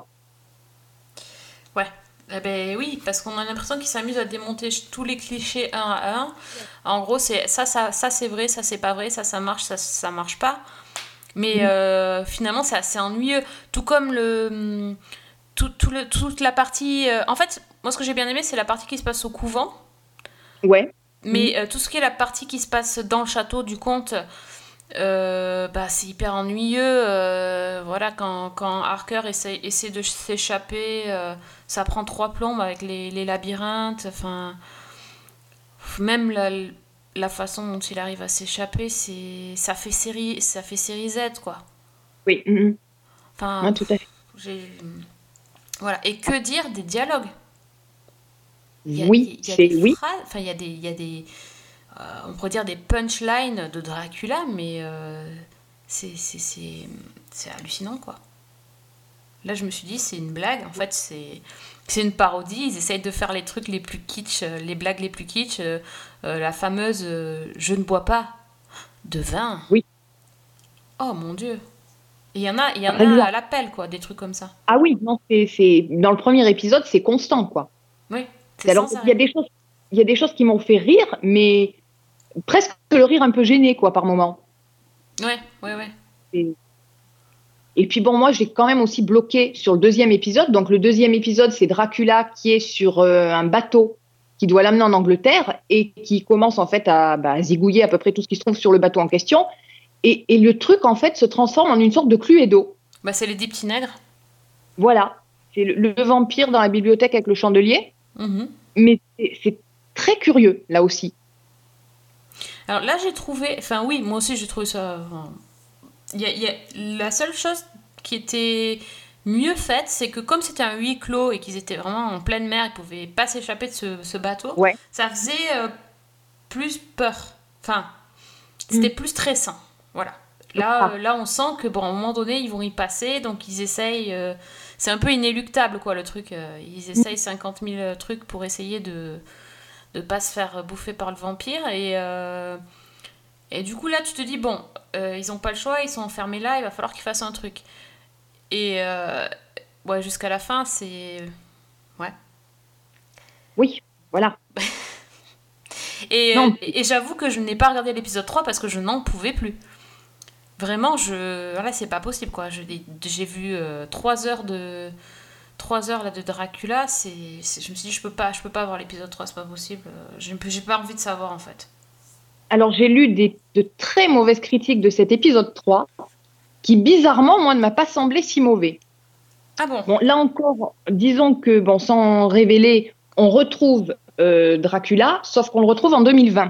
Ouais. Eh ben oui, parce qu'on a l'impression qu'ils s'amusent à démonter tous les clichés un à un. En gros, c'est ça, ça, ça c'est vrai, ça c'est pas vrai, ça ça marche, ça ça marche pas. Mais euh, finalement, c'est assez ennuyeux. Tout comme le, tout, tout le, toute la partie. Euh, en fait, moi, ce que j'ai bien aimé, c'est la partie qui se passe au couvent. Ouais. Mais euh, tout ce qui est la partie qui se passe dans le château du comte, euh, bah, c'est hyper ennuyeux. Euh, voilà, quand, quand Harker essaie, essaie de s'échapper, euh, ça prend trois plombes avec les, les labyrinthes. Enfin, même la, la façon dont il arrive à s'échapper, c'est, ça fait série, ça fait série Z, quoi. Oui. Mm-hmm. Enfin, Ouais, tout à fait. j'ai... Voilà. Et que dire des dialogues? Il y a, Oui, il y a c'est des oui. phrases, enfin, il y a des, il y a des euh, on pourrait dire des punchlines de Dracula, mais euh, c'est, c'est, c'est, c'est hallucinant, quoi. Là, je me suis dit, c'est une blague. En fait, c'est, c'est une parodie. Ils essayent de faire les trucs les plus kitsch, euh, les blagues les plus kitsch. Euh, euh, la fameuse euh, je ne bois pas de vin. Oui. Oh mon Dieu. Il y en a, il y en Par a exemple. à l'appel, quoi, des trucs comme ça. Ah oui, non, c'est, c'est dans le premier épisode, c'est constant, quoi. Oui, c'est Alors, sans il y a arrêt. des choses, il y a des choses qui m'ont fait rire, mais presque le rire un peu gêné, quoi, par moment. Ouais, ouais, ouais. Et, et puis bon, moi, j'ai quand même aussi bloqué sur le deuxième épisode. Donc, le deuxième épisode, c'est Dracula qui est sur euh, un bateau qui doit l'amener en Angleterre et qui commence en fait à bah, zigouiller à peu près tout ce qui se trouve sur le bateau en question. Et, et le truc, en fait, se transforme en une sorte de Cluedo. Bah, c'est les dix petits nègres. Voilà. C'est le, le vampire dans la bibliothèque avec le chandelier. Mm-hmm. Mais c'est, c'est très curieux, là aussi. Alors là, j'ai trouvé... Enfin, oui, moi aussi, j'ai trouvé ça... Enfin, il y a, il y a... La seule chose qui était mieux faite, c'est que comme c'était un huis clos et qu'ils étaient vraiment en pleine mer, ils pouvaient pas s'échapper de ce, ce bateau, Ouais. ça faisait euh, plus peur. Enfin, c'était Mm. plus stressant. Voilà. Là, euh, là, on sent que bon, à un moment donné, ils vont y passer, donc ils essayent... euh, C'est un peu inéluctable, quoi, le truc. euh, Ils essayent cinquante mille trucs pour essayer de de pas se faire bouffer par le vampire. Et, euh, et du coup, là, tu te dis, bon, euh, ils ont pas le choix, ils sont enfermés là, il va falloir qu'ils fassent un truc. Et euh, ouais, jusqu'à la fin, c'est... Ouais. Oui, voilà. Et, Non. et, et j'avoue que je n'ai pas regardé l'épisode trois parce que je n'en pouvais plus. Vraiment, je... Là, c'est pas possible, quoi. Je, j'ai vu euh, trois heures de... trois heures là, de Dracula, c'est, c'est... je me suis dit, je peux pas, je peux pas voir l'épisode trois, c'est pas possible. J'ai, j'ai pas envie de savoir, en fait. Alors, j'ai lu des, de très mauvaises critiques de cet épisode trois, qui, bizarrement, moi, ne m'a pas semblé si mauvais. Ah bon? Bon, là encore, disons que, bon, sans révéler, on retrouve euh, Dracula, sauf qu'on le retrouve en deux mille vingt.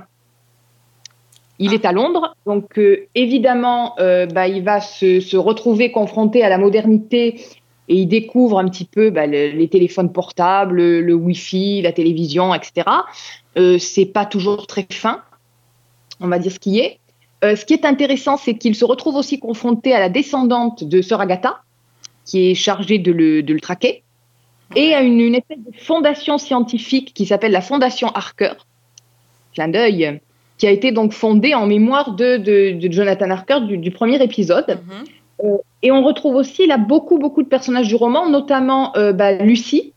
Il Ah. est à Londres, donc euh, évidemment, euh, bah, il va se, se retrouver confronté à la modernité et il découvre un petit peu bah, le, les téléphones portables, le, le Wi-Fi, la télévision, et cetera. Euh, c'est pas toujours très fin, on va dire ce qui est. Euh, ce qui est intéressant, c'est qu'il se retrouve aussi confronté à la descendante de Sœur Agatha, qui est chargée de le, de le traquer, et à une, une espèce de fondation scientifique qui s'appelle la Fondation Harker, clin d'œil, qui a été donc fondée en mémoire de, de, de Jonathan Harker du, du premier épisode. Mm-hmm. Euh, et on retrouve aussi là beaucoup, beaucoup de personnages du roman, notamment euh, bah, Lucie.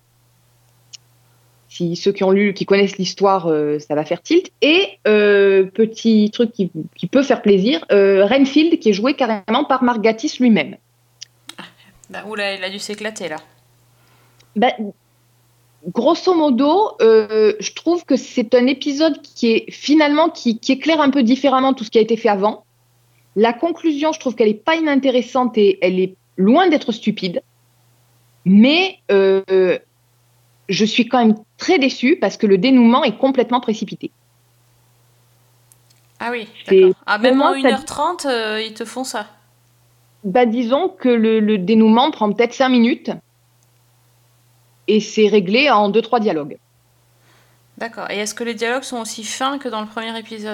Si ceux qui ont lu, qui connaissent l'histoire, euh, ça va faire tilt. Et euh, petit truc qui, qui peut faire plaisir, euh, Renfield, qui est joué carrément par Mark Gatiss lui-même. Bah, oula, il a dû s'éclater là. Bah, grosso modo, euh, je trouve que c'est un épisode qui est finalement qui, qui éclaire un peu différemment tout ce qui a été fait avant. La conclusion, je trouve qu'elle n'est pas inintéressante et elle est loin d'être stupide. Mais euh, je suis quand même très déçue parce que le dénouement est complètement précipité. Ah oui, C'est- d'accord. Ah, même pour en moi, une ça- heure trente, euh, ils te font ça. Bah, disons que le, le dénouement prend peut-être cinq minutes et c'est réglé en deux trois dialogues. D'accord. Et est-ce que les dialogues sont aussi fins que dans le premier épisode?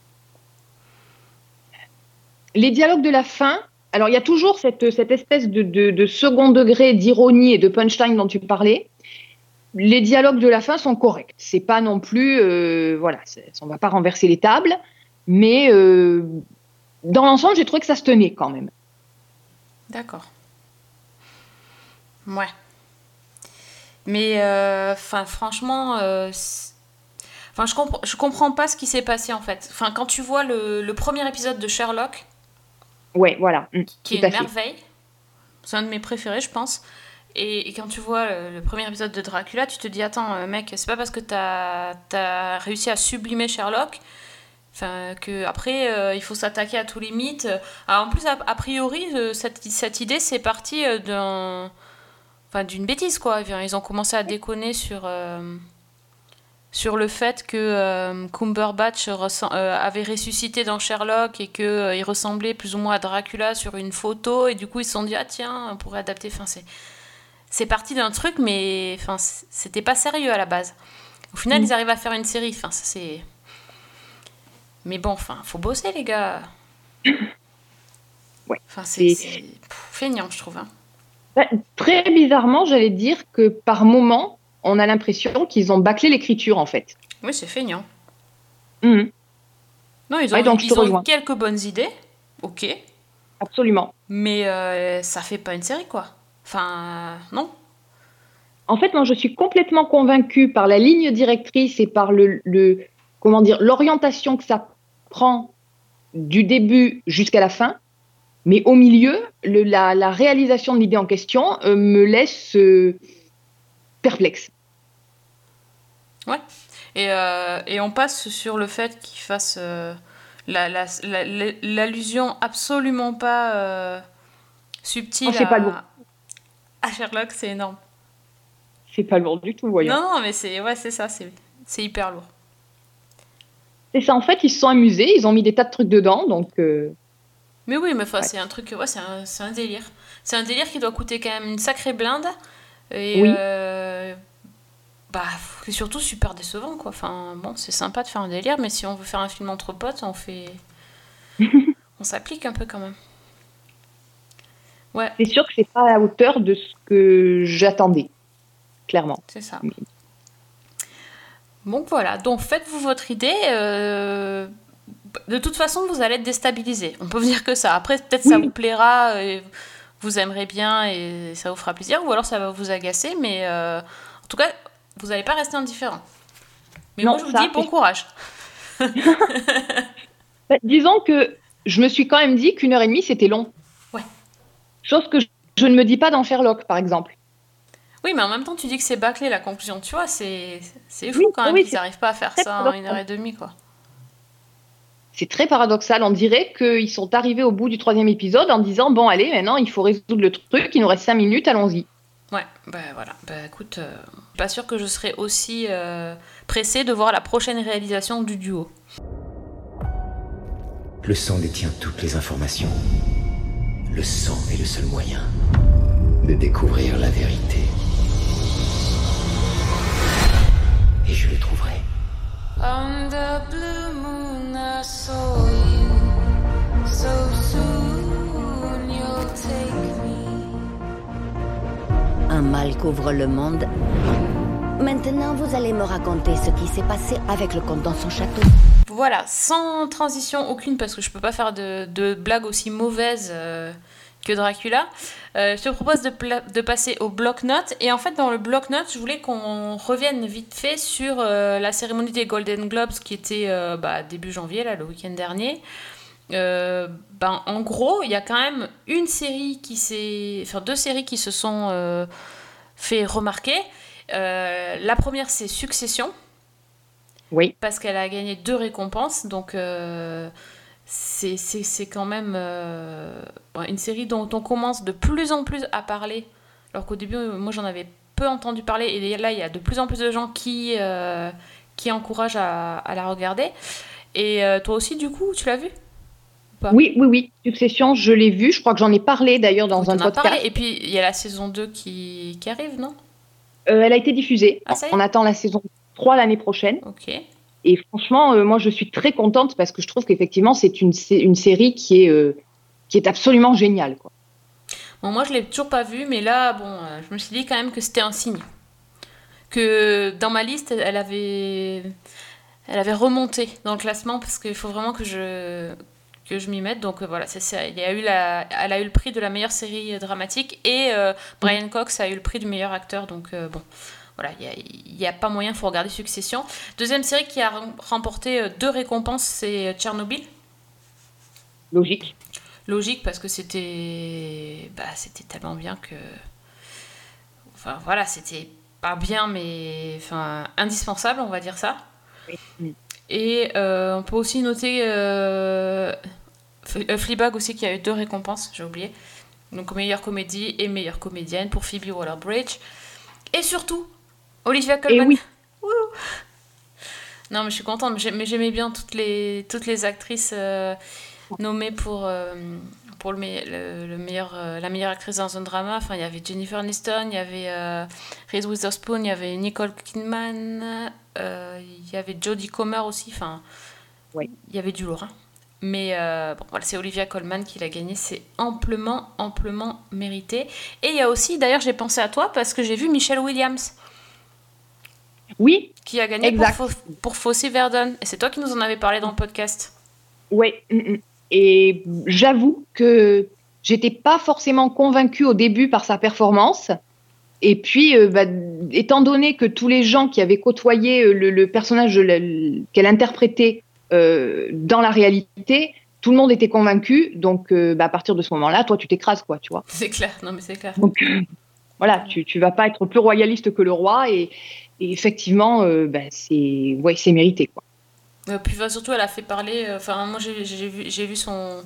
Les dialogues de la fin, alors il y a toujours cette, cette espèce de, de, de second degré d'ironie et de punchline dont tu parlais. Les dialogues de la fin sont corrects. C'est pas non plus, euh, voilà, c'est, on va pas renverser les tables, mais euh, dans l'ensemble, j'ai trouvé que ça se tenait quand même. D'accord. Ouais. Mais, enfin, euh, franchement, euh, enfin, je, comp- je comprends pas ce qui s'est passé, en fait. Enfin, quand tu vois le, le premier épisode de Sherlock... Ouais, voilà. Mmh, qui est une merveille. C'est un de mes préférés, je pense. Et, et quand tu vois le, le premier épisode de Dracula, tu te dis, attends, mec, c'est pas parce que t'as, t'as réussi à sublimer Sherlock... Enfin, que après euh, il faut s'attaquer à tous les mythes. Alors, en plus, a, a priori, euh, cette, cette idée, c'est parti euh, d'un... Enfin, d'une bêtise, quoi. Ils ont commencé à déconner sur, euh, sur le fait que euh, Cumberbatch ressent, euh, avait ressuscité dans Sherlock et qu'il euh, ressemblait plus ou moins à Dracula sur une photo. Et du coup, ils se sont dit, ah tiens, on pourrait adapter. Enfin, c'est, c'est parti d'un truc, mais enfin, c'était pas sérieux à la base. Au final, mmh. ils arrivent à faire une série. Enfin, ça, c'est... Mais bon, enfin, faut bosser, les gars. Ouais. Enfin, c'est, c'est... c'est... Pff, feignant, je trouve. Hein. Bah, très bizarrement, j'allais dire que par moment, on a l'impression qu'ils ont bâclé l'écriture, en fait. Oui, c'est feignant. Mmh. Non, ils ont, ouais, donc ils ont quelques bonnes idées. Ok. Absolument. Mais euh, ça fait pas une série, quoi. Enfin, euh, non. En fait, moi, je suis complètement convaincue par la ligne directrice et par le... le comment dire, l'orientation que ça prend du début jusqu'à la fin, mais au milieu, le, la, la réalisation de l'idée en question euh, me laisse euh, perplexe. Ouais, et, euh, et on passe sur le fait qu'il fasse euh, la, la, la, la, l'allusion absolument pas euh, subtile oh, c'est à, pas lourd. à Sherlock, c'est énorme. C'est pas lourd du tout, voyons. Non, non, mais c'est, ouais, c'est ça, c'est, c'est hyper lourd. Et ça, en fait, ils se sont amusés, ils ont mis des tas de trucs dedans, donc... Euh... Mais oui, mais ouais. c'est un truc, ouais, c'est un, c'est un délire. C'est un délire qui doit coûter quand même une sacrée blinde. Et oui. euh, bah, c'est surtout super décevant, quoi. Enfin, bon, c'est sympa de faire un délire, mais si on veut faire un film entre potes, on fait... on s'applique un peu quand même. Ouais. C'est sûr que c'est pas à la hauteur de ce que j'attendais, clairement. C'est ça. Donc voilà, donc faites-vous votre idée. Euh... De toute façon, vous allez être déstabilisé. On peut vous dire que ça. Après, peut-être oui. ça vous plaira, et vous aimerez bien et ça vous fera plaisir, ou alors ça va vous agacer, mais euh... en tout cas, vous n'allez pas rester indifférent. Mais non, moi, je vous dis bon fait... courage. bah, disons que je me suis quand même dit qu'une heure et demie, c'était long. Ouais. Chose que je, je ne me dis pas dans Sherlock, par exemple. Oui, mais en même temps, tu dis que c'est bâclé, la conclusion. Tu vois, c'est, c'est fou oui, quand même oui, qu'ils n'arrivent pas à faire ça en une heure et demie, quoi. C'est très paradoxal. On dirait qu'ils sont arrivés au bout du troisième épisode en disant « Bon, allez, maintenant, il faut résoudre le truc. Il nous reste cinq minutes, allons-y. » Ouais, bah voilà. Bah écoute, euh, pas sûr que je serais aussi euh, pressée de voir la prochaine réalisation du duo. Le sang détient toutes les informations. Le sang est le seul moyen de découvrir la vérité. Et je le trouverai. On the blue moon I saw you. So soon you'll take me. Un mal couvre le monde. Maintenant, vous allez me raconter ce qui s'est passé avec le comte dans son château. Voilà, sans transition aucune, parce que je peux pas faire de, de blagues aussi mauvaises euh, que Dracula. Euh, je te propose de, pla- de passer au bloc-notes. Et en fait, dans le bloc-notes, je voulais qu'on revienne vite fait sur euh, la cérémonie des Golden Globes qui était euh, bah, début janvier, là, le week-end dernier. Euh, ben, en gros, il y a quand même une série qui s'est... Enfin, deux séries qui se sont euh, fait remarquer. Euh, la première, c'est Succession. Oui. Parce qu'elle a gagné deux récompenses. Donc... Euh, C'est, c'est, c'est quand même euh, une série dont on commence de plus en plus à parler, alors qu'au début, moi, j'en avais peu entendu parler, et là, il y a de plus en plus de gens qui, euh, qui encouragent à, à la regarder. Et euh, toi aussi, du coup, tu l'as vue ? Oui, oui, oui. Succession, je l'ai vue. Je crois que j'en ai parlé, d'ailleurs, dans un podcast. Parlé. Et puis, il y a la saison deux qui, qui arrive, non ? euh, Elle a été diffusée. Ah, ça y est ? On attend la saison trois l'année prochaine. Ok. Et franchement, euh, moi, je suis très contente parce que je trouve qu'effectivement, c'est une, c'est une série qui est, euh, qui est absolument géniale, quoi. Bon, moi, je ne l'ai toujours pas vue, mais là, bon, euh, je me suis dit quand même que c'était un signe. Que dans ma liste, elle avait, elle avait remonté dans le classement parce qu'il faut vraiment que je, que je m'y mette. Donc euh, voilà, c'est ça. Il y a eu la, elle a eu le prix de la meilleure série dramatique et euh, Brian Cox a eu le prix du meilleur acteur. Donc euh, bon, voilà, il n'y a, a pas moyen, il faut regarder Succession. Deuxième série qui a remporté euh, deux récompenses, c'est Tchernobyl. Logique. Logique parce que c'était, bah, c'était tellement bien que, enfin voilà, c'était pas bien mais enfin indispensable, on va dire ça. Oui. Et euh, on peut aussi noter euh, Fleabag aussi qui a eu deux récompenses, j'ai oublié. Donc meilleure comédie et meilleure comédienne pour Phoebe Waller-Bridge. Et surtout, Olivia Colman. Et oui. Wouh. Non mais je suis contente, mais j'aimais bien toutes les, toutes les actrices euh, nommées pour, euh, pour le, me- le, le meilleur, euh, la meilleure actrice dans un drama. Enfin, il y avait Jennifer Aniston, il y avait euh, Reese Witherspoon, il y avait Nicole Kidman, euh, il y avait Jodie Comer aussi. Enfin, oui. Il y avait du lourd. Hein. Mais euh, bon, voilà, c'est Olivia Colman qui l'a gagné. C'est amplement, amplement mérité. Et il y a aussi, d'ailleurs, j'ai pensé à toi parce que j'ai vu Michelle Williams. Oui. Qui a gagné exact. pour, pour Fosse Verdon. Et c'est toi qui nous en avais parlé dans le podcast. Oui. Et j'avoue que j'étais pas forcément convaincue au début par sa performance. Et puis, euh, bah, étant donné que tous les gens qui avaient côtoyé le, le personnage le, qu'elle interprétait euh, dans la réalité, tout le monde était convaincu. Donc, euh, bah, à partir de ce moment-là, toi, tu t'écrases, quoi, tu vois. C'est clair, non mais c'est clair. Donc, euh, voilà, tu, tu vas pas être plus royaliste que le roi. Et, et effectivement, euh, bah, c'est, ouais, c'est mérité, quoi. Euh, puis bah, surtout, elle a fait parler. Enfin, euh, moi, j'ai, j'ai vu, j'ai vu son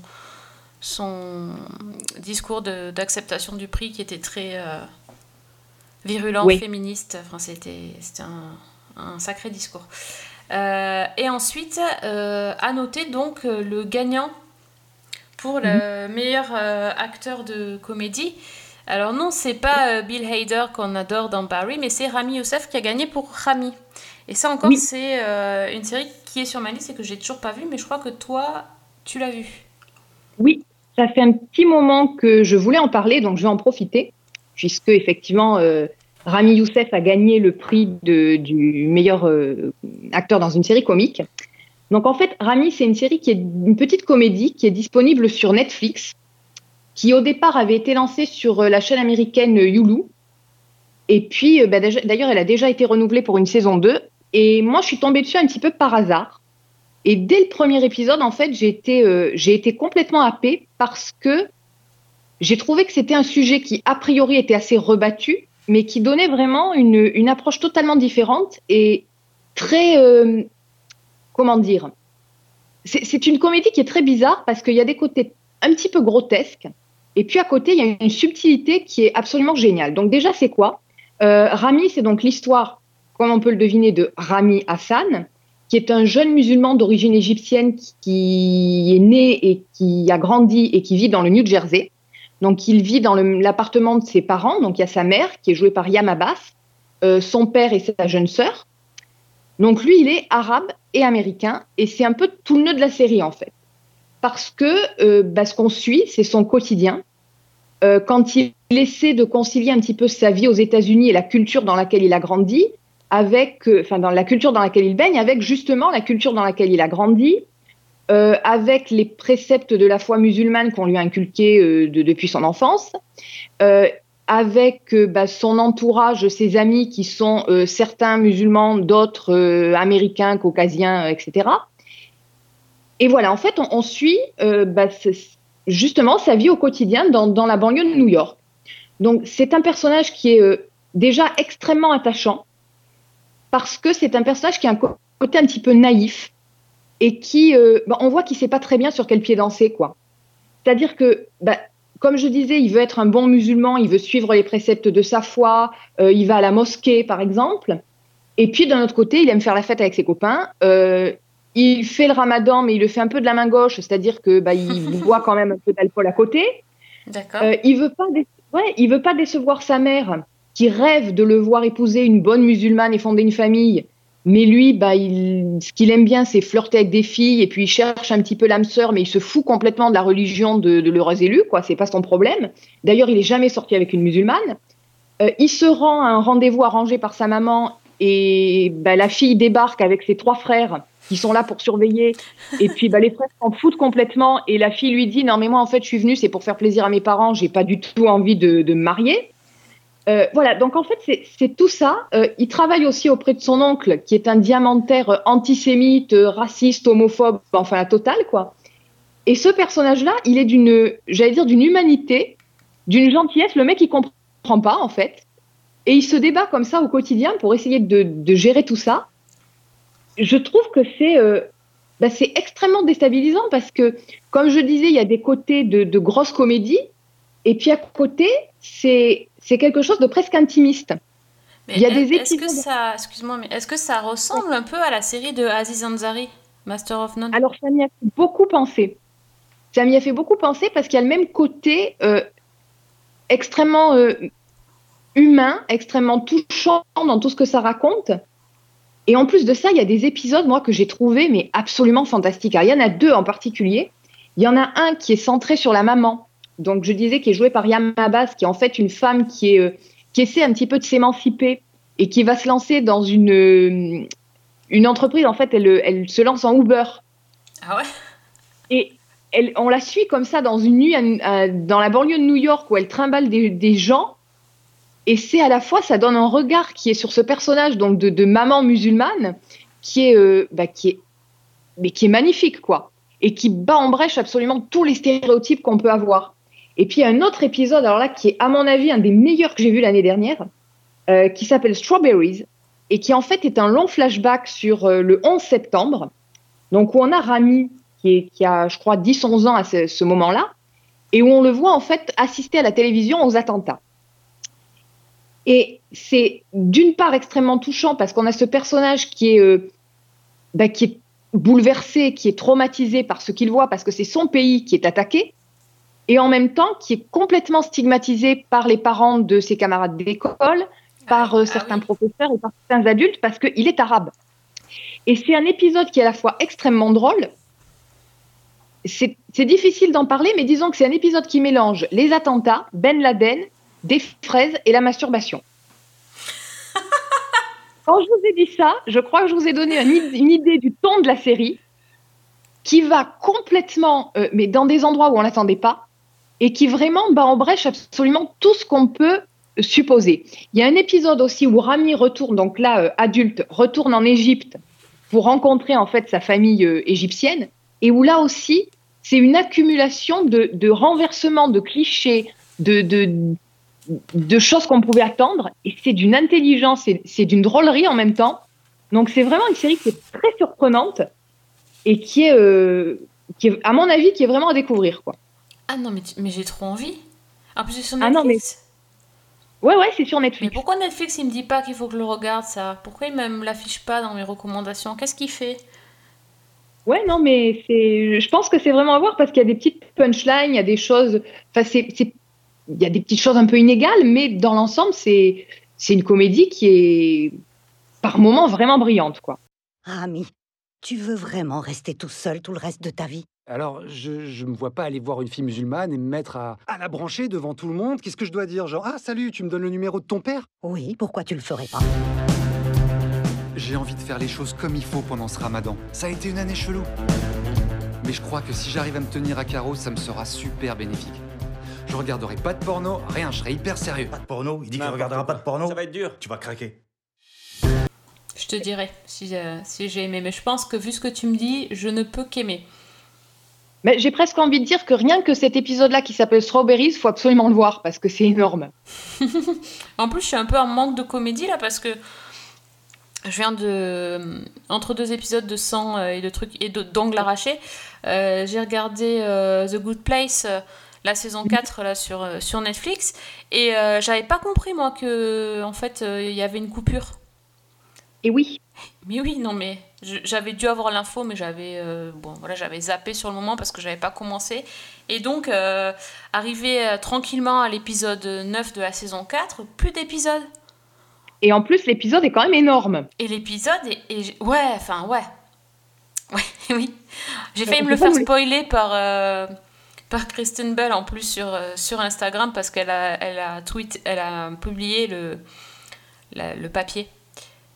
son discours de, d'acceptation du prix qui était très euh, virulent, oui. féministe. Enfin, c'était c'était un, un sacré discours. Euh, et ensuite, euh, à noter donc euh, le gagnant pour le mmh. meilleur euh, acteur de comédie. Alors non, c'est pas euh, Bill Hader qu'on adore dans Barry, mais c'est Rami Youssef qui a gagné pour Rami. Et ça encore, oui. c'est euh, une série qui est sur ma liste et que j'ai toujours pas vue, mais je crois que toi, tu l'as vue. Oui, ça fait un petit moment que je voulais en parler, donc je vais en profiter, puisque effectivement, euh, Rami Youssef a gagné le prix de, du meilleur euh, acteur dans une série comique. Donc en fait, Rami, c'est une série qui est une petite comédie qui est disponible sur Netflix, qui au départ avait été lancée sur la chaîne américaine Hulu. Et puis, bah, d'ailleurs, elle a déjà été renouvelée pour une saison deux. Et moi, je suis tombée dessus un petit peu par hasard. Et dès le premier épisode, en fait, j'ai été, euh, j'ai été complètement happée parce que j'ai trouvé que c'était un sujet qui, a priori, était assez rebattu, mais qui donnait vraiment une, une approche totalement différente et très... Euh, comment dire ? c'est, c'est une comédie qui est très bizarre parce qu'il y a des côtés un petit peu grotesques. Et puis à côté, il y a une subtilité qui est absolument géniale. Donc déjà, c'est quoi ? euh, Rami, c'est donc l'histoire, comme on peut le deviner, de Rami Hassan, qui est un jeune musulman d'origine égyptienne qui, qui est né et qui a grandi et qui vit dans le New Jersey. Donc il vit dans le, l'appartement de ses parents. Donc il y a sa mère, qui est jouée par Yam Abbas, euh, son père et sa jeune sœur. Donc lui, il est arabe et américain. Et c'est un peu tout le nœud de la série, en fait. Parce que euh, bah, ce qu'on suit, c'est son quotidien. Euh, quand il essaie de concilier un petit peu sa vie aux États-Unis et la culture dans laquelle il a grandi, avec, euh, enfin, dans la culture dans laquelle il baigne, avec justement la culture dans laquelle il a grandi, euh, avec les préceptes de la foi musulmane qu'on lui a inculqués euh, de, depuis son enfance, euh, avec euh, bah, son entourage, ses amis qui sont euh, certains musulmans, d'autres euh, américains, caucasiens, euh, et cetera. Et voilà, en fait, on, on suit euh, bah, justement sa vie au quotidien dans, dans la banlieue de New York. Donc, c'est un personnage qui est euh, déjà extrêmement attachant parce que c'est un personnage qui a un côté un petit peu naïf et qui, euh, bah, on voit qu'il ne sait pas très bien sur quel pied danser, quoi. C'est-à-dire que, bah, comme je disais, il veut être un bon musulman, il veut suivre les préceptes de sa foi, euh, il va à la mosquée, par exemple. Et puis, d'un autre côté, il aime faire la fête avec ses copains. Euh, Il fait le ramadan, mais il le fait un peu de la main gauche, c'est-à-dire que bah, il boit quand même un peu d'alcool à côté. D'accord. Euh, il veut pas, dé- ouais, il veut pas décevoir sa mère, qui rêve de le voir épouser une bonne musulmane et fonder une famille. Mais lui, bah, il, ce qu'il aime bien, c'est flirter avec des filles, et puis il cherche un petit peu l'âme sœur, mais il se fout complètement de la religion de, de l'heureux élu, quoi. C'est pas son problème. D'ailleurs, il est jamais sorti avec une musulmane. Euh, il se rend à un rendez-vous arrangé par sa maman. et bah, la fille débarque avec ses trois frères qui sont là pour surveiller. Et puis bah, les frères s'en foutent complètement. Et la fille lui dit non mais moi en fait je suis venue c'est pour faire plaisir à mes parents. J'ai pas du tout envie de, de me marier. Euh, voilà, donc en fait, c'est, c'est tout ça. Euh, il travaille aussi auprès de son oncle, qui est un diamantaire antisémite, raciste, homophobe, enfin la totale, quoi. Et ce personnage-là, il est d'une, j'allais dire, d'une humanité, d'une gentillesse. Le mec, il comprend pas, en fait. Et il se débat comme ça au quotidien pour essayer de, de gérer tout ça. Je trouve que c'est, euh, bah, c'est extrêmement déstabilisant parce que, comme je disais, il y a des côtés de, de grosses comédies. Et puis à côté, c'est, c'est quelque chose de presque intimiste. Mais il y a des est-ce épisodes... que ça, excuse-moi, mais est-ce que ça ressemble un peu à la série de Aziz Ansari, Master of None? Alors ça m'y a fait beaucoup penser. Ça m'y a fait beaucoup penser parce qu'il y a le même côté euh, extrêmement euh, humain, extrêmement touchant dans tout ce que ça raconte. Et en plus de ça, il y a des épisodes, moi, que j'ai trouvés mais absolument fantastiques. Alors, il y en a deux en particulier. Il y en a un qui est centré sur la maman. Donc, je disais, qui est jouée par Yam Abbas, qui est en fait une femme qui, est, euh, qui essaie un petit peu de s'émanciper et qui va se lancer dans une, euh, une entreprise. En fait, elle, elle se lance en Uber. Ah ouais? Et elle, on la suit comme ça dans une nuit à, à, dans la banlieue de New York où elle trimballe des, des gens. Et c'est à la fois, ça donne un regard qui est sur ce personnage donc de, de maman musulmane qui est, euh, bah, qui est, mais qui est magnifique, quoi. Et qui bat en brèche absolument tous les stéréotypes qu'on peut avoir. Et puis, il y a un autre épisode, alors là, qui est, à mon avis, un des meilleurs que j'ai vu l'année dernière, euh, qui s'appelle Strawberries, et qui, en fait, est un long flashback sur euh, le onze septembre, donc où on a Rami, qui, est, qui a, je crois, dix onze ans à ce, ce moment-là, et où on le voit, en fait, assister à la télévision aux attentats. Et c'est, d'une part, extrêmement touchant, parce qu'on a ce personnage qui est, euh, bah, qui est bouleversé, qui est traumatisé par ce qu'il voit, parce que c'est son pays qui est attaqué, et en même temps qui est complètement stigmatisé par les parents de ses camarades d'école, par euh, certains ah oui. professeurs et par certains adultes, parce qu'il est arabe. Et c'est un épisode qui est à la fois extrêmement drôle, c'est, c'est difficile d'en parler, mais disons que c'est un épisode qui mélange les attentats, Ben Laden, des fraises et la masturbation. Quand je vous ai dit ça, je crois que je vous ai donné une, une idée du ton de la série, qui va complètement, euh, mais dans des endroits où on ne l'attendait pas, et qui vraiment bat en brèche absolument tout ce qu'on peut supposer. Il y a un épisode aussi où Rami retourne, donc là, euh, adulte, retourne en Égypte pour rencontrer en fait sa famille euh, égyptienne, et où là aussi, c'est une accumulation de, de renversements, de clichés, de, de, de choses qu'on pouvait attendre, et c'est d'une intelligence, c'est, c'est d'une drôlerie en même temps. Donc c'est vraiment une série qui est très surprenante, et qui est, euh, qui est, à mon avis, qui est vraiment à découvrir, quoi. Ah non, mais, tu, mais j'ai trop envie. En plus, c'est sur Netflix. Ah non, mais... Ouais, ouais, c'est sur Netflix. Mais pourquoi Netflix, il me dit pas qu'il faut que je le regarde, ça? Pourquoi il me l'affiche pas dans mes recommandations? Qu'est-ce qu'il fait? Ouais, non, mais c'est... je pense que c'est vraiment à voir parce qu'il y a des petites punchlines, il y a des choses... Enfin, c'est... c'est... il y a des petites choses un peu inégales, mais dans l'ensemble, c'est, c'est une comédie qui est, par moments, vraiment brillante, quoi. Rami, tu veux vraiment rester tout seul tout le reste de ta vie? Alors, je, je me vois pas aller voir une fille musulmane et me mettre à, à la brancher devant tout le monde. Qu'est-ce que je dois dire? Genre, ah, salut, tu me donnes le numéro de ton père? Oui, pourquoi tu le ferais pas? J'ai envie de faire les choses comme il faut pendant ce ramadan. Ça a été une année chelou. Mais je crois que si j'arrive à me tenir à carreau, ça me sera super bénéfique. Je regarderai pas de porno, rien, je serai hyper sérieux. Pas de porno? Il dit qu'il regardera pas de porno? Ça va être dur. Tu vas craquer. Je te dirai si, euh, si j'ai aimé, mais je pense que vu ce que tu me dis, je ne peux qu'aimer. Mais j'ai presque envie de dire que rien que cet épisode-là qui s'appelle Strawberries, faut absolument le voir parce que c'est énorme. En plus, je suis un peu en manque de comédie là parce que je viens de entre deux épisodes de sang et de trucs et de, d'ongles arrachés, euh, j'ai regardé euh, The Good Place, euh, la saison quatre là sur euh, sur Netflix et euh, j'avais pas compris moi que en fait il euh, y avait une coupure. Et oui. Mais oui, non mais je, j'avais dû avoir l'info, mais j'avais euh, bon voilà, j'avais zappé sur le moment parce que j'avais pas commencé. Et donc euh, arrivé euh, tranquillement à l'épisode neuf de la saison quatre, plus d'épisodes. Et en plus l'épisode est quand même énorme. Et l'épisode est, est ouais, enfin ouais. Ouais, oui. J'ai failli me le faire spoiler par euh, par Kristen Bell en plus sur euh, sur Instagram parce qu'elle a elle a tweet, elle a publié le la, le papier.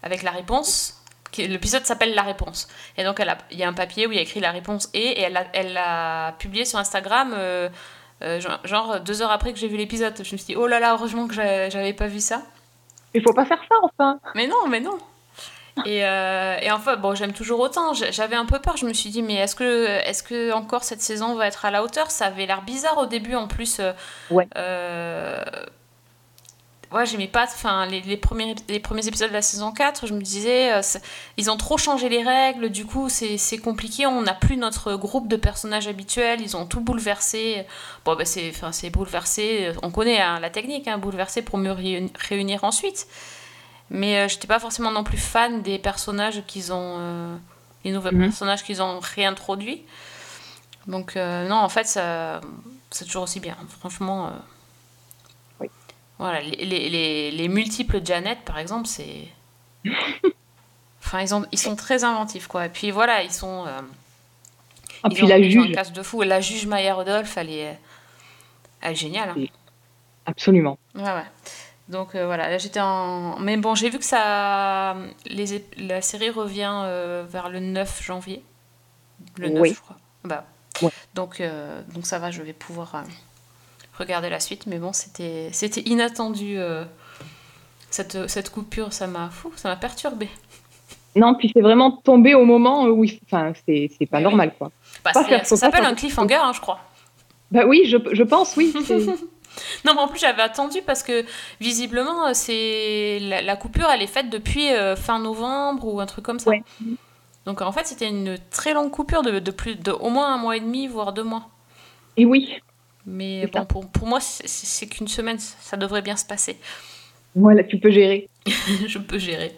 avec la réponse. L'épisode s'appelle La Réponse. Et donc, il y a un papier où il y a écrit La Réponse et, et elle l'a elle a publié sur Instagram, euh, euh, genre, genre deux heures après que j'ai vu l'épisode. Je me suis dit, oh là là, heureusement que j'avais pas vu ça. Il faut pas faire ça, enfin. Mais non, mais non. Et, euh, et enfin, bon, j'aime toujours autant. J'avais un peu peur. Je me suis dit, mais est-ce que, est-ce que encore cette saison va être à la hauteur ? Ça avait l'air bizarre au début, en plus. Euh, ouais. Euh, ouais, j'aimais pas. Enfin, les, les premiers, les premiers épisodes de la saison quatre, je me disais, euh, ils ont trop changé les règles. Du coup, c'est, c'est compliqué. On n'a plus notre groupe de personnages habituels. Ils ont tout bouleversé. Bon, ben c'est, enfin, c'est bouleversé. On connaît hein, la technique, hein, bouleversé pour mieux réunir, réunir ensuite. Mais euh, j'étais pas forcément non plus fan des personnages qu'ils ont, euh, les nouveaux mmh. personnages qu'ils ont réintroduits. Donc euh, non, en fait, ça, c'est toujours aussi bien. Franchement, euh, oui. Voilà, les, les, les, les multiples Janet, par exemple, c'est, enfin, ils ont, ils sont très inventifs, quoi. Et puis voilà, ils sont, euh... ah, ils puis ont, la ils juge, ont un casse de fou. La juge Maya Rudolph, elle est, elle est géniale. Hein. Absolument. Ouais, ouais. Donc euh, voilà, là j'étais en... Mais bon, j'ai vu que ça... Les... la série revient euh, vers le neuf janvier. Le neuf, oui. je crois. Bah. Ouais. Donc, euh, donc ça va, je vais pouvoir euh, regarder la suite. Mais bon, c'était, c'était inattendu. Euh, cette, cette coupure, ça m'a, fou, ça m'a perturbée. Non, puis c'est vraiment tombé au moment où... Il... Enfin, c'est, c'est pas mais normal, oui. quoi. Bah, pas faire, ça s'appelle un cliffhanger, hein, je crois. Bah oui, je, je pense, oui. C'est... Non, mais en plus, j'avais attendu parce que visiblement, c'est la, la coupure, elle est faite depuis euh, fin novembre ou un truc comme ça. Ouais. Donc en fait, c'était une très longue coupure de, de plus de au moins un mois et demi, voire deux mois. Et oui. Mais bon, pour, pour moi, c'est, c'est qu'une semaine, ça devrait bien se passer. Voilà, tu peux gérer. Je peux gérer.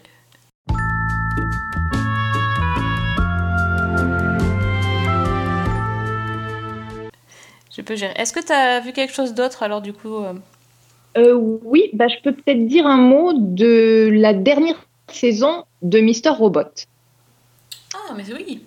Je peux gérer. Est-ce que tu as vu quelque chose d'autre alors du coup euh... Euh, oui, bah, je peux peut-être dire un mot de la dernière saison de Mister Robot. Ah, mais oui.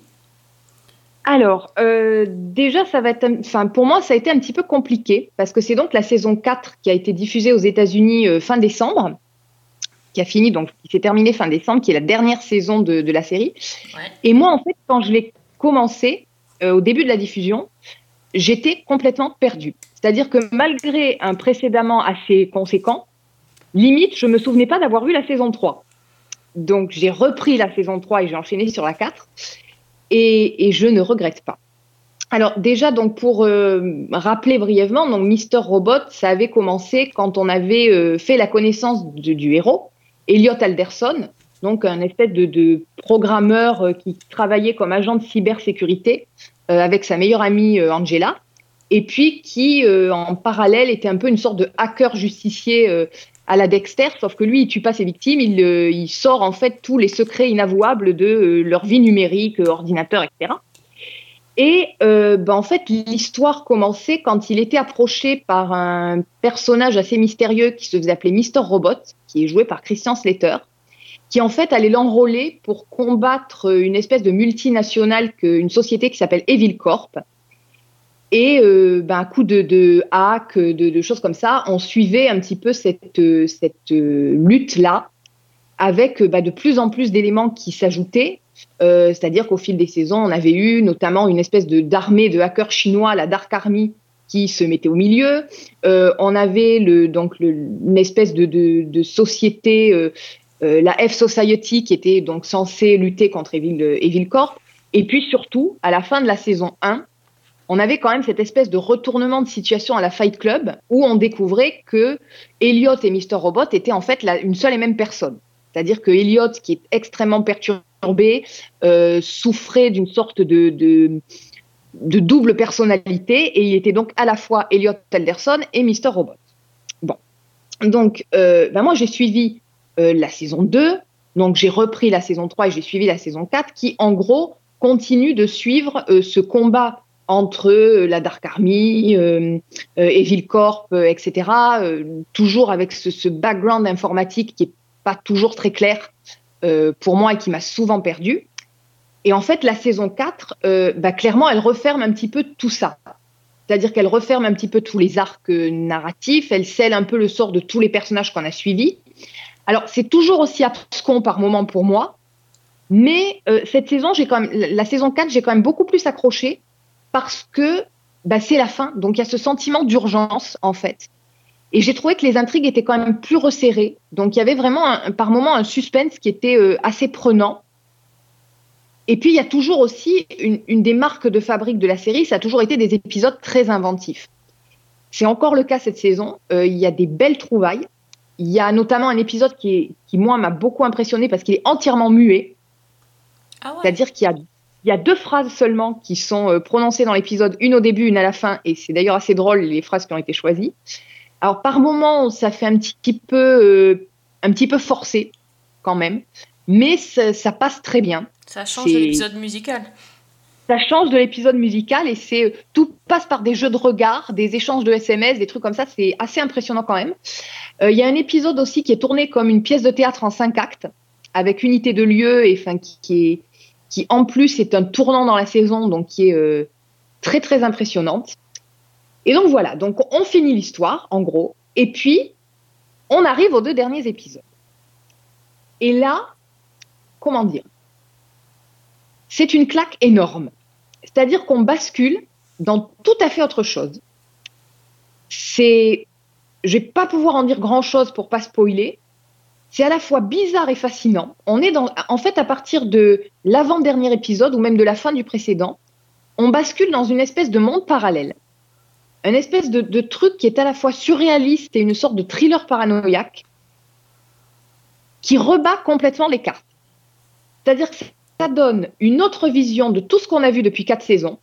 Alors, euh, déjà, ça va être, enfin, pour moi, ça a été un petit peu compliqué parce que c'est donc la saison quatre qui a été diffusée aux États-Unis euh, fin décembre, qui a fini, donc qui s'est terminée fin décembre, qui est la dernière saison de, de la série. Ouais. Et moi, en fait, quand je l'ai commencé euh, au début de la diffusion, j'étais complètement perdue. C'est-à-dire que malgré un précédemment assez conséquent, limite, je ne me souvenais pas d'avoir vu la saison trois. Donc, j'ai repris la saison trois et j'ai enchaîné sur la quatre. Et, et je ne regrette pas. Alors, déjà, donc, pour euh, rappeler brièvement, donc, Mister Robot, ça avait commencé quand on avait euh, fait la connaissance de, du héros, Elliot Alderson, donc un espèce de, de programmeur euh, qui travaillait comme agent de cybersécurité euh, avec sa meilleure amie euh, Angela, et puis qui, euh, en parallèle, était un peu une sorte de hacker justicier euh, à la Dexter, sauf que lui, il tue pas ses victimes, il, euh, il sort en fait tous les secrets inavouables de euh, leur vie numérique, euh, ordinateur, et cetera. Et euh, ben, en fait, l'histoire commençait quand il était approché par un personnage assez mystérieux qui se faisait appeler Mister Robot, qui est joué par Christian Slater, qui en fait allait l'enrôler pour combattre une espèce de multinationale, une société qui s'appelle Evil Corp. Et euh, ben, à coup de, de hack, de, de choses comme ça, on suivait un petit peu cette, cette lutte-là, avec ben, de plus en plus d'éléments qui s'ajoutaient. Euh, c'est-à-dire qu'au fil des saisons, on avait eu notamment une espèce de, d'armée de hackers chinois, la Dark Army, qui se mettait au milieu. Euh, on avait le, donc le, une espèce de, de, de société, euh, euh, la F Society, qui était donc censée lutter contre Evil, Evil Corp. Et puis surtout, à la fin de la saison un, on avait quand même cette espèce de retournement de situation à la Fight Club où on découvrait que Elliot et Mister Robot étaient en fait la, une seule et même personne. C'est-à-dire que Elliot, qui est extrêmement perturbé, euh, souffrait d'une sorte de, de, de double personnalité et il était donc à la fois Elliot Alderson et Mister Robot. Bon, donc euh, ben moi j'ai suivi euh, la saison deux, donc j'ai repris la saison trois et j'ai suivi la saison quatre qui en gros continue de suivre euh, ce combat entre la Dark Army, euh, euh, Evil Corp, euh, et cetera, euh, toujours avec ce, ce background informatique qui est pas toujours très clair euh, pour moi et qui m'a souvent perdue. Et en fait, la saison quatre, euh, bah, clairement, elle referme un petit peu tout ça. C'est-à-dire qu'elle referme un petit peu tous les arcs narratifs, elle scelle un peu le sort de tous les personnages qu'on a suivis, Alors, c'est toujours aussi abscon par moment pour moi, mais euh, cette saison, j'ai quand même, la saison quatre, j'ai quand même beaucoup plus accroché parce que bah, c'est la fin, donc il y a ce sentiment d'urgence, en fait. Et j'ai trouvé que les intrigues étaient quand même plus resserrées, donc il y avait vraiment un, par moment un suspense qui était euh, assez prenant. Et puis, il y a toujours aussi une, une des marques de fabrique de la série, ça a toujours été des épisodes très inventifs. C'est encore le cas cette saison, euh, il y a des belles trouvailles. Il y a notamment un épisode qui, est, qui moi, m'a beaucoup impressionné parce qu'il est entièrement muet. Ah ouais. C'est-à-dire qu'il y a, il y a deux phrases seulement qui sont euh, prononcées dans l'épisode, une au début, une à la fin, et c'est d'ailleurs assez drôle les phrases qui ont été choisies. Alors, par moments, ça fait un petit peu, euh, un petit peu forcé, quand même, mais ça, ça passe très bien. Ça change C'est... de l'épisode musical. Ça change de l'épisode musical et c'est tout passe par des jeux de regard, des échanges de S M S, des trucs comme ça. C'est assez impressionnant quand même. Il euh, y a un épisode aussi qui est tourné comme une pièce de théâtre en cinq actes, avec unité de lieu et enfin qui, qui est qui en plus est un tournant dans la saison, donc qui est euh, très très impressionnante. Et donc voilà, donc on finit l'histoire en gros, et puis on arrive aux deux derniers épisodes. Et là, comment dire, c'est une claque énorme. C'est-à-dire qu'on bascule dans tout à fait autre chose. C'est, je vais pas pouvoir en dire grand-chose pour pas spoiler. C'est à la fois bizarre et fascinant. On est dans, en fait, à partir de l'avant-dernier épisode ou même de la fin du précédent, on bascule dans une espèce de monde parallèle. Une espèce de, de truc qui est à la fois surréaliste et une sorte de thriller paranoïaque qui rebat complètement les cartes. C'est-à-dire que ça donne une autre vision de tout ce qu'on a vu depuis quatre saisons.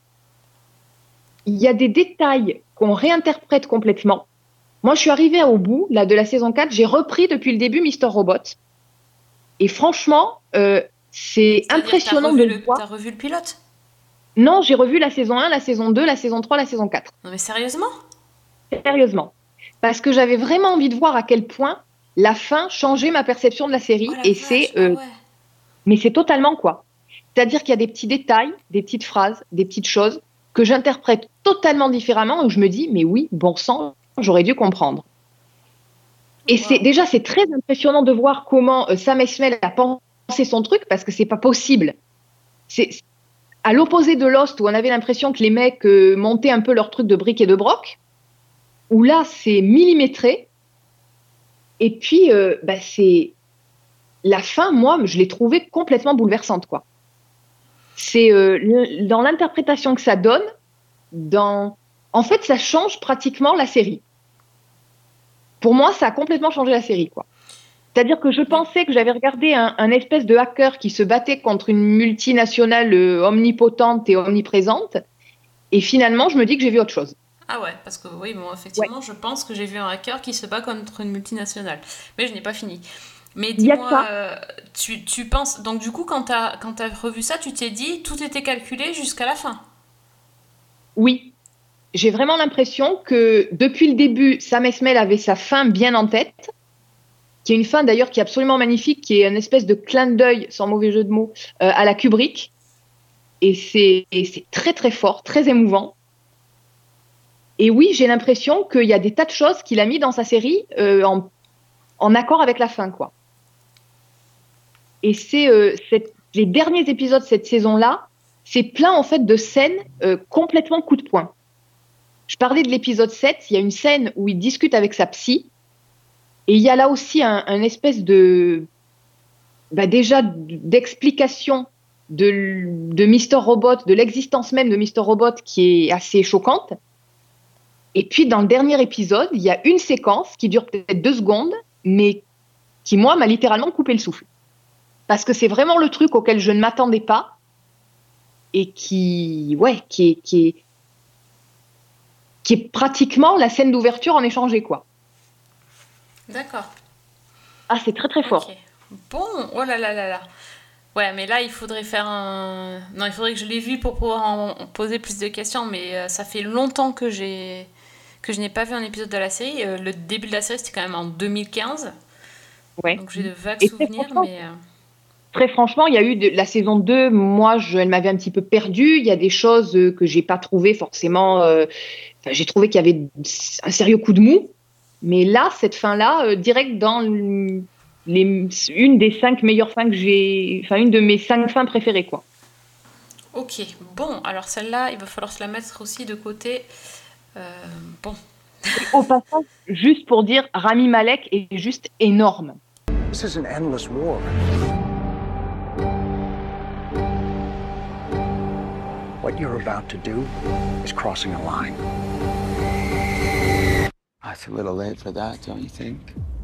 Il y a des détails qu'on réinterprète complètement. Moi, je suis arrivée au bout là, de la saison quatre. J'ai repris depuis le début Mister Robot. Et franchement, euh, c'est C'est-à-dire, impressionnant t'as de revu le le, voir. T'as revu le pilote? Non, j'ai revu la saison un, la saison deux, la saison trois, la saison quatre. Non mais sérieusement? Sérieusement. Parce que j'avais vraiment envie de voir à quel point la fin changeait ma perception de la série. Oh la et vache, c'est... ah euh, ouais. Mais c'est totalement quoi. C'est-à-dire qu'il y a des petits détails, des petites phrases, des petites choses que j'interprète totalement différemment et où je me dis, mais oui, bon sang, j'aurais dû comprendre. Et Wow. c'est déjà, c'est très impressionnant de voir comment euh, Sam Esmail a pensé son truc parce que c'est pas possible. C'est à l'opposé de Lost où on avait l'impression que les mecs euh, montaient un peu leur truc de briques et de broc, où là, c'est millimétré. Et puis, euh, bah, c'est la fin, moi, je l'ai trouvée complètement bouleversante, quoi. C'est euh, le- dans l'interprétation que ça donne, dans... en fait, ça change pratiquement la série. Pour moi, ça a complètement changé la série, quoi. C'est-à-dire que je pensais que j'avais regardé un, un espèce de hacker qui se battait contre une multinationale euh, omnipotente et omniprésente, et finalement, je me dis que j'ai vu autre chose. Ah ouais, parce que oui, bon, effectivement, je pense que j'ai vu un hacker qui se bat contre une multinationale. Mais je n'ai pas fini. Mais Il y a dis-moi, ça. euh, tu, tu penses... Donc du coup, quand t'as quand t'as revu ça, tu t'es dit, tout était calculé jusqu'à la fin. Oui, j'ai vraiment l'impression que depuis le début, Sam Esmail avait sa fin bien en tête, qui est une fin d'ailleurs qui est absolument magnifique, qui est une espèce de clin d'œil, sans mauvais jeu de mots, euh, à la Kubrick. Et c'est et c'est très très fort, très émouvant. Et oui, j'ai l'impression qu'il y a des tas de choses qu'il a mis dans sa série euh, en, en accord avec la fin, quoi. Et c'est euh, cette- les derniers épisodes de cette saison-là, c'est plein en fait de scènes euh, complètement coup de poing. Je parlais de l'épisode sept, il y a une scène où il discute avec sa psy, et il y a là aussi un, un espèce de, bah déjà d'explication de, l- de Mister Robot, de l'existence même de Mister Robot qui est assez choquante. Et puis dans le dernier épisode, il y a une séquence qui dure peut-être deux secondes, mais qui moi m'a littéralement coupé le souffle. Parce que c'est vraiment le truc auquel je ne m'attendais pas et qui, ouais, qui est, qui est, qui est pratiquement la scène d'ouverture en échangé, quoi. D'accord. Ah, c'est très très fort. Ok. Bon, oh là là là là. Ouais, mais là, il faudrait faire un... Non, il faudrait que je l'ai vu pour pouvoir en en poser plus de questions, mais euh, ça fait longtemps que j'ai que je n'ai pas vu un épisode de la série. Euh, le début de la série, c'était quand même en deux mille quinze, Ouais. donc j'ai de vagues Et très souvenirs, franchement, mais... euh, très franchement, il y a eu de, la saison deux, moi, je, elle m'avait un petit peu perdue. Il y a des choses euh, que j'ai pas trouvées forcément. euh, enfin, j'ai trouvé qu'il y avait un sérieux coup de mou. Mais là, cette fin-là, euh, direct dans le- les, une des cinq meilleures fins que j'ai, enfin une de mes cinq fins préférées, quoi. Ok, bon, alors celle-là, il va falloir se la mettre aussi de côté. Euh, bon. Au passage, juste pour dire, Rami Malek est juste énorme. This is an endless war. What you're about to do is crossing a line. It's a little late for that, don't you think?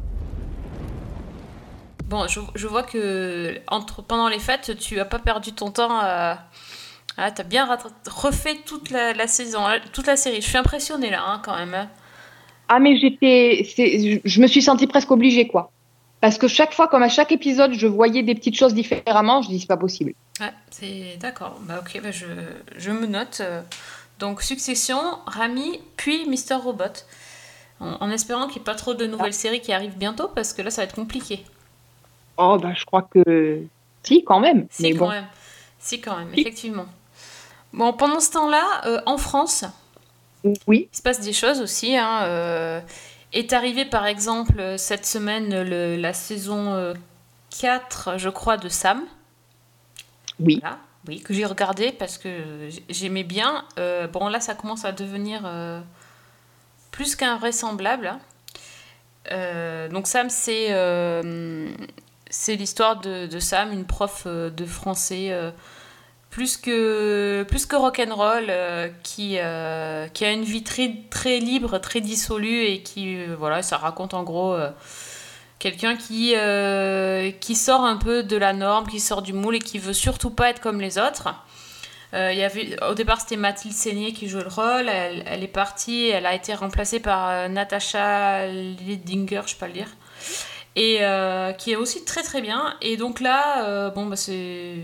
Bon, je, je vois que entre, pendant les fêtes, tu as pas perdu ton temps à... Ah, t'as bien rat- refait toute la, la saison, toute la série. Je suis impressionnée là, hein, quand même. Ah, mais j'étais, c'est, je me suis sentie presque obligée, quoi. Parce que chaque fois, comme à chaque épisode, je voyais des petites choses différemment, je dis c'est pas possible. Ouais, c'est d'accord. Bah ok, bah je, je me note. Donc Succession, Rami, puis Mister Robot. En, en espérant qu'il n'y ait pas trop de nouvelles ah. séries qui arrivent bientôt, parce que là, ça va être compliqué. Oh, bah je crois que... Si, quand même. Si, mais quand bon. même. Si, quand même, si. Effectivement. Bon, pendant ce temps-là, euh, en France, oui. il se passe des choses aussi. Hein, euh, est arrivé, par exemple, cette semaine, le, la saison euh, quatre, je crois, de Sam. Oui. Voilà. Oui, que j'ai regardé parce que j'aimais bien. Euh, bon, là, ça commence à devenir euh, plus qu'invraisemblable. Hein. Euh, donc Sam, c'est, euh, c'est l'histoire de, de Sam, une prof de français euh, plus que, plus que rock'n'roll, euh, qui, euh, qui a une vie très, très libre, très dissolue, et qui, euh, voilà, ça raconte en gros euh, quelqu'un qui, euh, qui sort un peu de la norme, qui sort du moule et qui veut surtout pas être comme les autres. Euh, il y avait, au départ, c'était Mathilde Seigné qui jouait le rôle. Elle, elle est partie, elle a été remplacée par euh, Natasha Lidinger, je sais pas le dire, et euh, qui est aussi très très bien. Et donc là, euh, bon bah c'est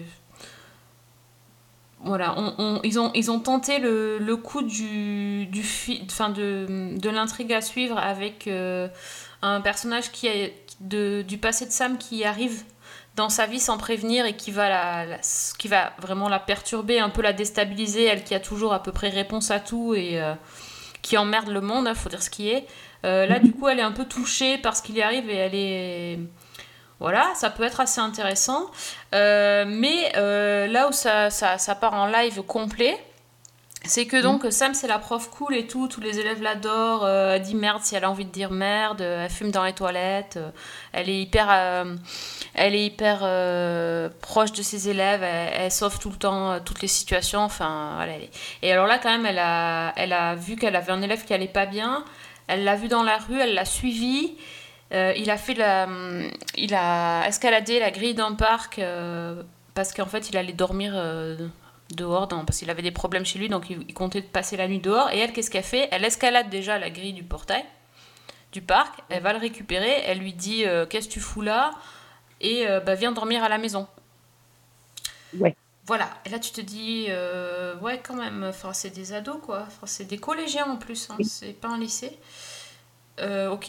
voilà, on, on, ils ont ils ont tenté le, le coup du du fi... enfin de de l'intrigue à suivre avec euh, un personnage qui est de du passé de Sam qui arrive dans sa vie sans prévenir et qui va, la, la, qui va vraiment la perturber, un peu la déstabiliser, elle qui a toujours à peu près réponse à tout et euh, qui emmerde le monde, il faut dire ce qui est. Euh, là, du coup, elle est un peu touchée par ce qui lui arrive et elle est... Voilà, ça peut être assez intéressant. Euh, mais euh, là où ça, ça, ça part en live complet, c'est que donc mmh. Sam, c'est la prof cool et tout, tous les élèves l'adorent, euh, elle dit merde si elle a envie de dire merde, elle fume dans les toilettes, euh, elle est hyper, euh, elle est hyper euh, proche de ses élèves, elle, elle sauve tout le temps euh, toutes les situations, enfin voilà. Elle est... Et alors là quand même, elle a, elle a vu qu'elle avait un élève qui allait pas bien, elle l'a vu dans la rue, elle l'a suivi, euh, il a fait la, il a escaladé la grille d'un parc euh, parce qu'en fait il allait dormir euh, dehors, dans, parce qu'il avait des problèmes chez lui, donc il, il comptait passer la nuit dehors. Et elle, qu'est-ce qu'elle fait ? Elle escalade déjà la grille du portail du parc, elle va le récupérer, elle lui dit euh, « Qu'est-ce que tu fous là ?» Et euh, bah, viens dormir à la maison. Ouais. Voilà, et là tu te dis euh, « Ouais, quand même, enfin, c'est des ados, quoi. Enfin, c'est des collégiens en plus, hein, oui. C'est pas un lycée. Euh, ok. »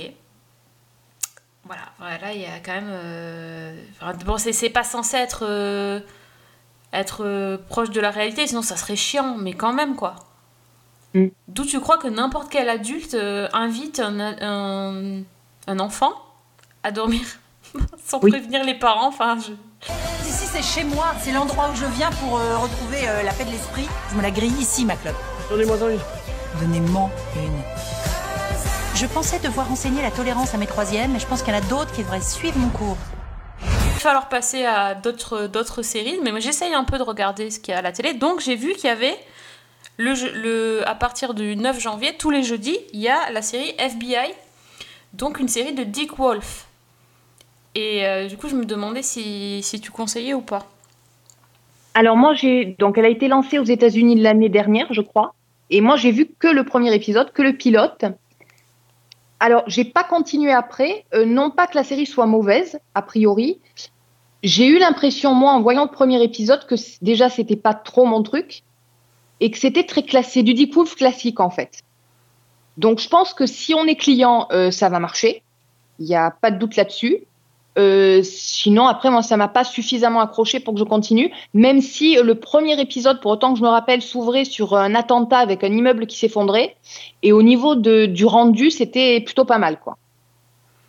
Voilà, voilà, il y a quand même... Euh... Enfin, bon, c'est, c'est pas censé être... Euh... être euh, proche de la réalité, sinon ça serait chiant, mais quand même quoi. Mm. D'où tu crois que n'importe quel adulte euh, invite un, un, un enfant à dormir sans oui. prévenir les parents, enfin je... Ici c'est chez moi, c'est l'endroit où je viens pour euh, retrouver euh, la paix de l'esprit. Je me la grille ici ma clope. Donnez-moi-en une. Donnez-moi une. Je pensais devoir enseigner la tolérance à mes troisièmes, mais je pense qu'il y en a d'autres qui devraient suivre mon cours. Il va falloir passer à d'autres, d'autres séries, mais moi j'essaye un peu de regarder ce qu'il y a à la télé. Donc j'ai vu qu'il y avait, le, le, à partir du neuf janvier, tous les jeudis, il y a la série F B I, donc une série de Dick Wolf. Et euh, du coup je me demandais si, si tu conseillais ou pas. Alors moi j'ai, donc elle a été lancée aux États-Unis l'année dernière, je crois, et moi j'ai vu que le premier épisode, que le pilote. Alors, j'ai pas continué après, euh, non pas que la série soit mauvaise, a priori. J'ai eu l'impression, moi, en voyant le premier épisode, que c- déjà, c'était pas trop mon truc, et que c'était très classé, du Dick Wolf classique, en fait. Donc, je pense que si on est client, euh, ça va marcher. Il n'y a pas de doute là-dessus. Euh, sinon, après, moi, ça m'a pas suffisamment accroché pour que je continue, même si euh, le premier épisode, pour autant que je me rappelle, s'ouvrait sur un attentat avec un immeuble qui s'effondrait, et au niveau de, du rendu, c'était plutôt pas mal, quoi.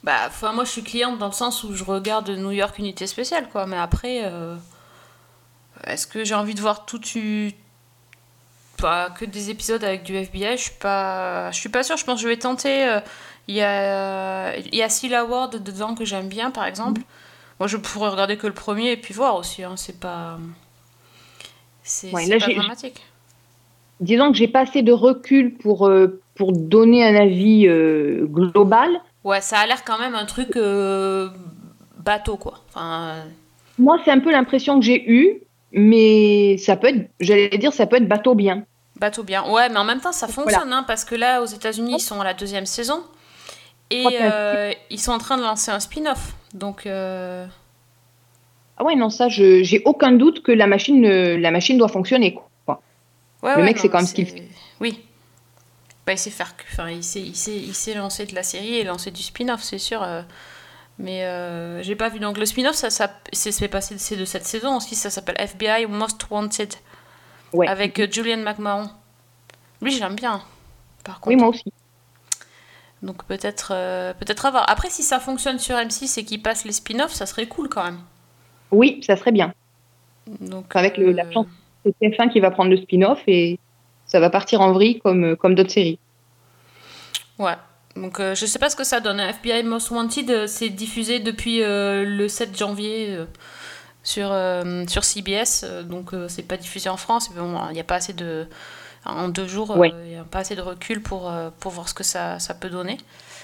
Bah, enfin, moi, je suis cliente dans le sens où je regarde New York Unité Spéciale, quoi. Mais après, euh, est-ce que j'ai envie de voir tout tu... Pas que des épisodes avec du F B I? Je suis pas, je suis pas sûre. Je pense que je vais tenter. euh, Il y a, il y a Scylla Ward dedans que j'aime bien, par exemple. Moi, je pourrais regarder que le premier et puis voir aussi. Hein. C'est pas, c'est, Ouais, c'est là, pas j'ai- dramatique. Disons que j'ai pas assez de recul pour, euh, pour donner un avis euh, global. Ouais, ça a l'air quand même un truc euh, bateau, quoi. Enfin, euh, Moi, c'est un peu l'impression que j'ai eue, mais ça peut être, j'allais dire, ça peut être bateau bien. bateau bien. Ouais, mais en même temps, ça Voilà. fonctionne, hein, parce que là, aux États-Unis, ils sont à la deuxième saison et crois qu'il y a un euh, ils sont en train de lancer un spin-off. Donc, euh, Ah ouais, non, ça, je, j'ai aucun doute que la machine, euh, la machine doit fonctionner, quoi. ouais, Le ouais, mec, non, c'est quand mais même ce qu'il c'est- fait. Oui. Bah, il sait faire que. Enfin, il sait, il sait, il sait lancer de la série et lancer du spin-off, c'est sûr. euh, Mais euh, j'ai pas vu. Donc, le spin-off, ça, ça c'est, c'est passé c'est de cette saison aussi. Ça s'appelle F B I Most Wanted. Ouais. Avec euh, Julian McMahon. Lui, je l'aime bien, par contre. Oui, moi aussi. Donc peut-être, euh, peut-être à voir. Après, si ça fonctionne sur M six et qu'ils passent les spin-offs, ça serait cool quand même. Oui, ça serait bien. Donc, Avec le, euh, la chance, c'est T F un qui va prendre le spin-off et ça va partir en vrille comme, comme d'autres séries. Ouais. Donc euh, je sais pas ce que ça donne. F B I Most Wanted, euh, c'est diffusé depuis euh, le sept janvier euh, sur, euh, sur C B S. euh, donc euh, c'est pas diffusé en France. Il bon, n'y a pas assez de... En deux jours, il Ouais. n'y a pas assez de recul pour, euh, pour voir ce que ça, ça peut donner.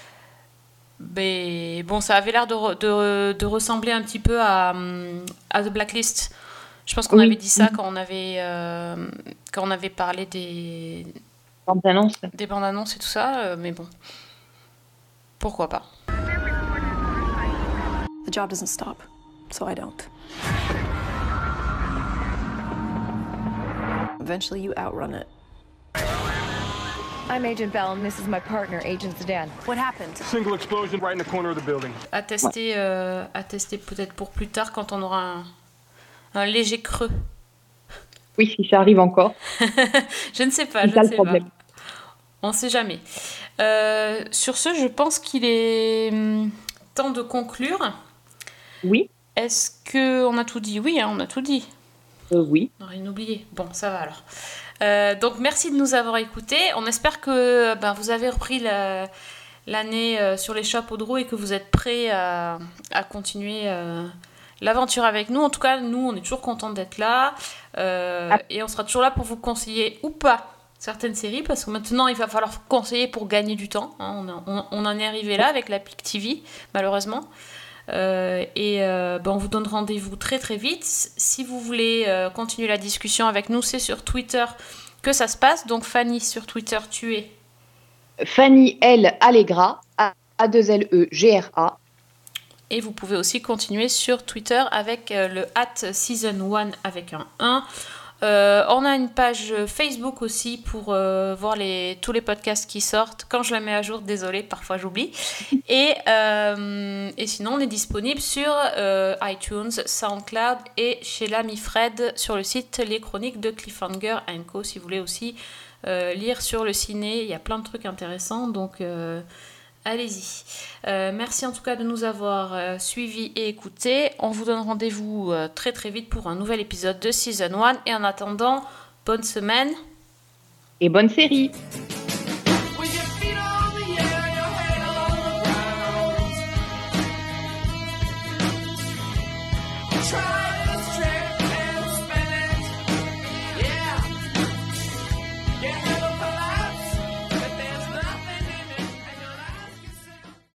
Mais bon, ça avait l'air de, re- de, de ressembler un petit peu à, hum, à The Blacklist. Je pense qu'on Oui. avait dit ça Mhm. quand on avait, euh, quand on avait parlé des, Bande annonce. des bandes annonces et tout ça, euh, mais bon. Pourquoi pas. The job doesn't stop, so I don't. Eventually, you outrun it. I'm Agent Bell, and this is my partner, Agent Zidane. What happened? Single explosion right in the corner of the building. À tester, euh, à tester peut-être pour plus tard quand on aura un, un léger creux. Oui, si ça arrive encore. Je ne sais pas, C'est je ça ne le sais problème. pas. On ne sait jamais. Euh, sur ce, je pense qu'il est hum, temps de conclure. Oui. Est-ce qu'on a tout dit? Oui, hein, on a tout dit. Euh, oui. On n'a rien oublié. Bon, ça va alors. Euh, donc, merci de nous avoir écoutés. On espère que ben, vous avez repris la- l'année euh, sur les chapeaux de roue et que vous êtes prêts à, à continuer euh, l'aventure avec nous. En tout cas, nous, on est toujours contents d'être là. Euh, Ah. Et on sera toujours là pour vous conseiller ou pas certaines séries, parce que maintenant, il va falloir conseiller pour gagner du temps. hein. On, a- on- on en est arrivé là avec la P I C T V, malheureusement. Euh, et euh, ben, on vous donne rendez-vous très très vite. Si vous voulez euh, continuer la discussion avec nous, c'est sur Twitter que ça se passe. Donc Fanny, sur Twitter, tu es. Fanny L. Allegra, A deux L E G R A. Et vous pouvez aussi continuer sur Twitter avec euh, le at season one avec un un. Euh, on a une page Facebook aussi pour euh, voir les, tous les podcasts qui sortent. Quand je la mets à jour, désolée, parfois j'oublie. Et, euh, et sinon, on est disponible sur euh, iTunes, SoundCloud et chez l'ami Fred sur le site Les Chroniques de Cliffhanger and Co. Si vous voulez aussi euh, lire sur le ciné, il y a plein de trucs intéressants. Donc, euh, allez-y. Euh, merci en tout cas de nous avoir euh, suivis et écoutés. On vous donne rendez-vous euh, très très vite pour un nouvel épisode de Season one. Et en attendant, bonne semaine. Et bonne série.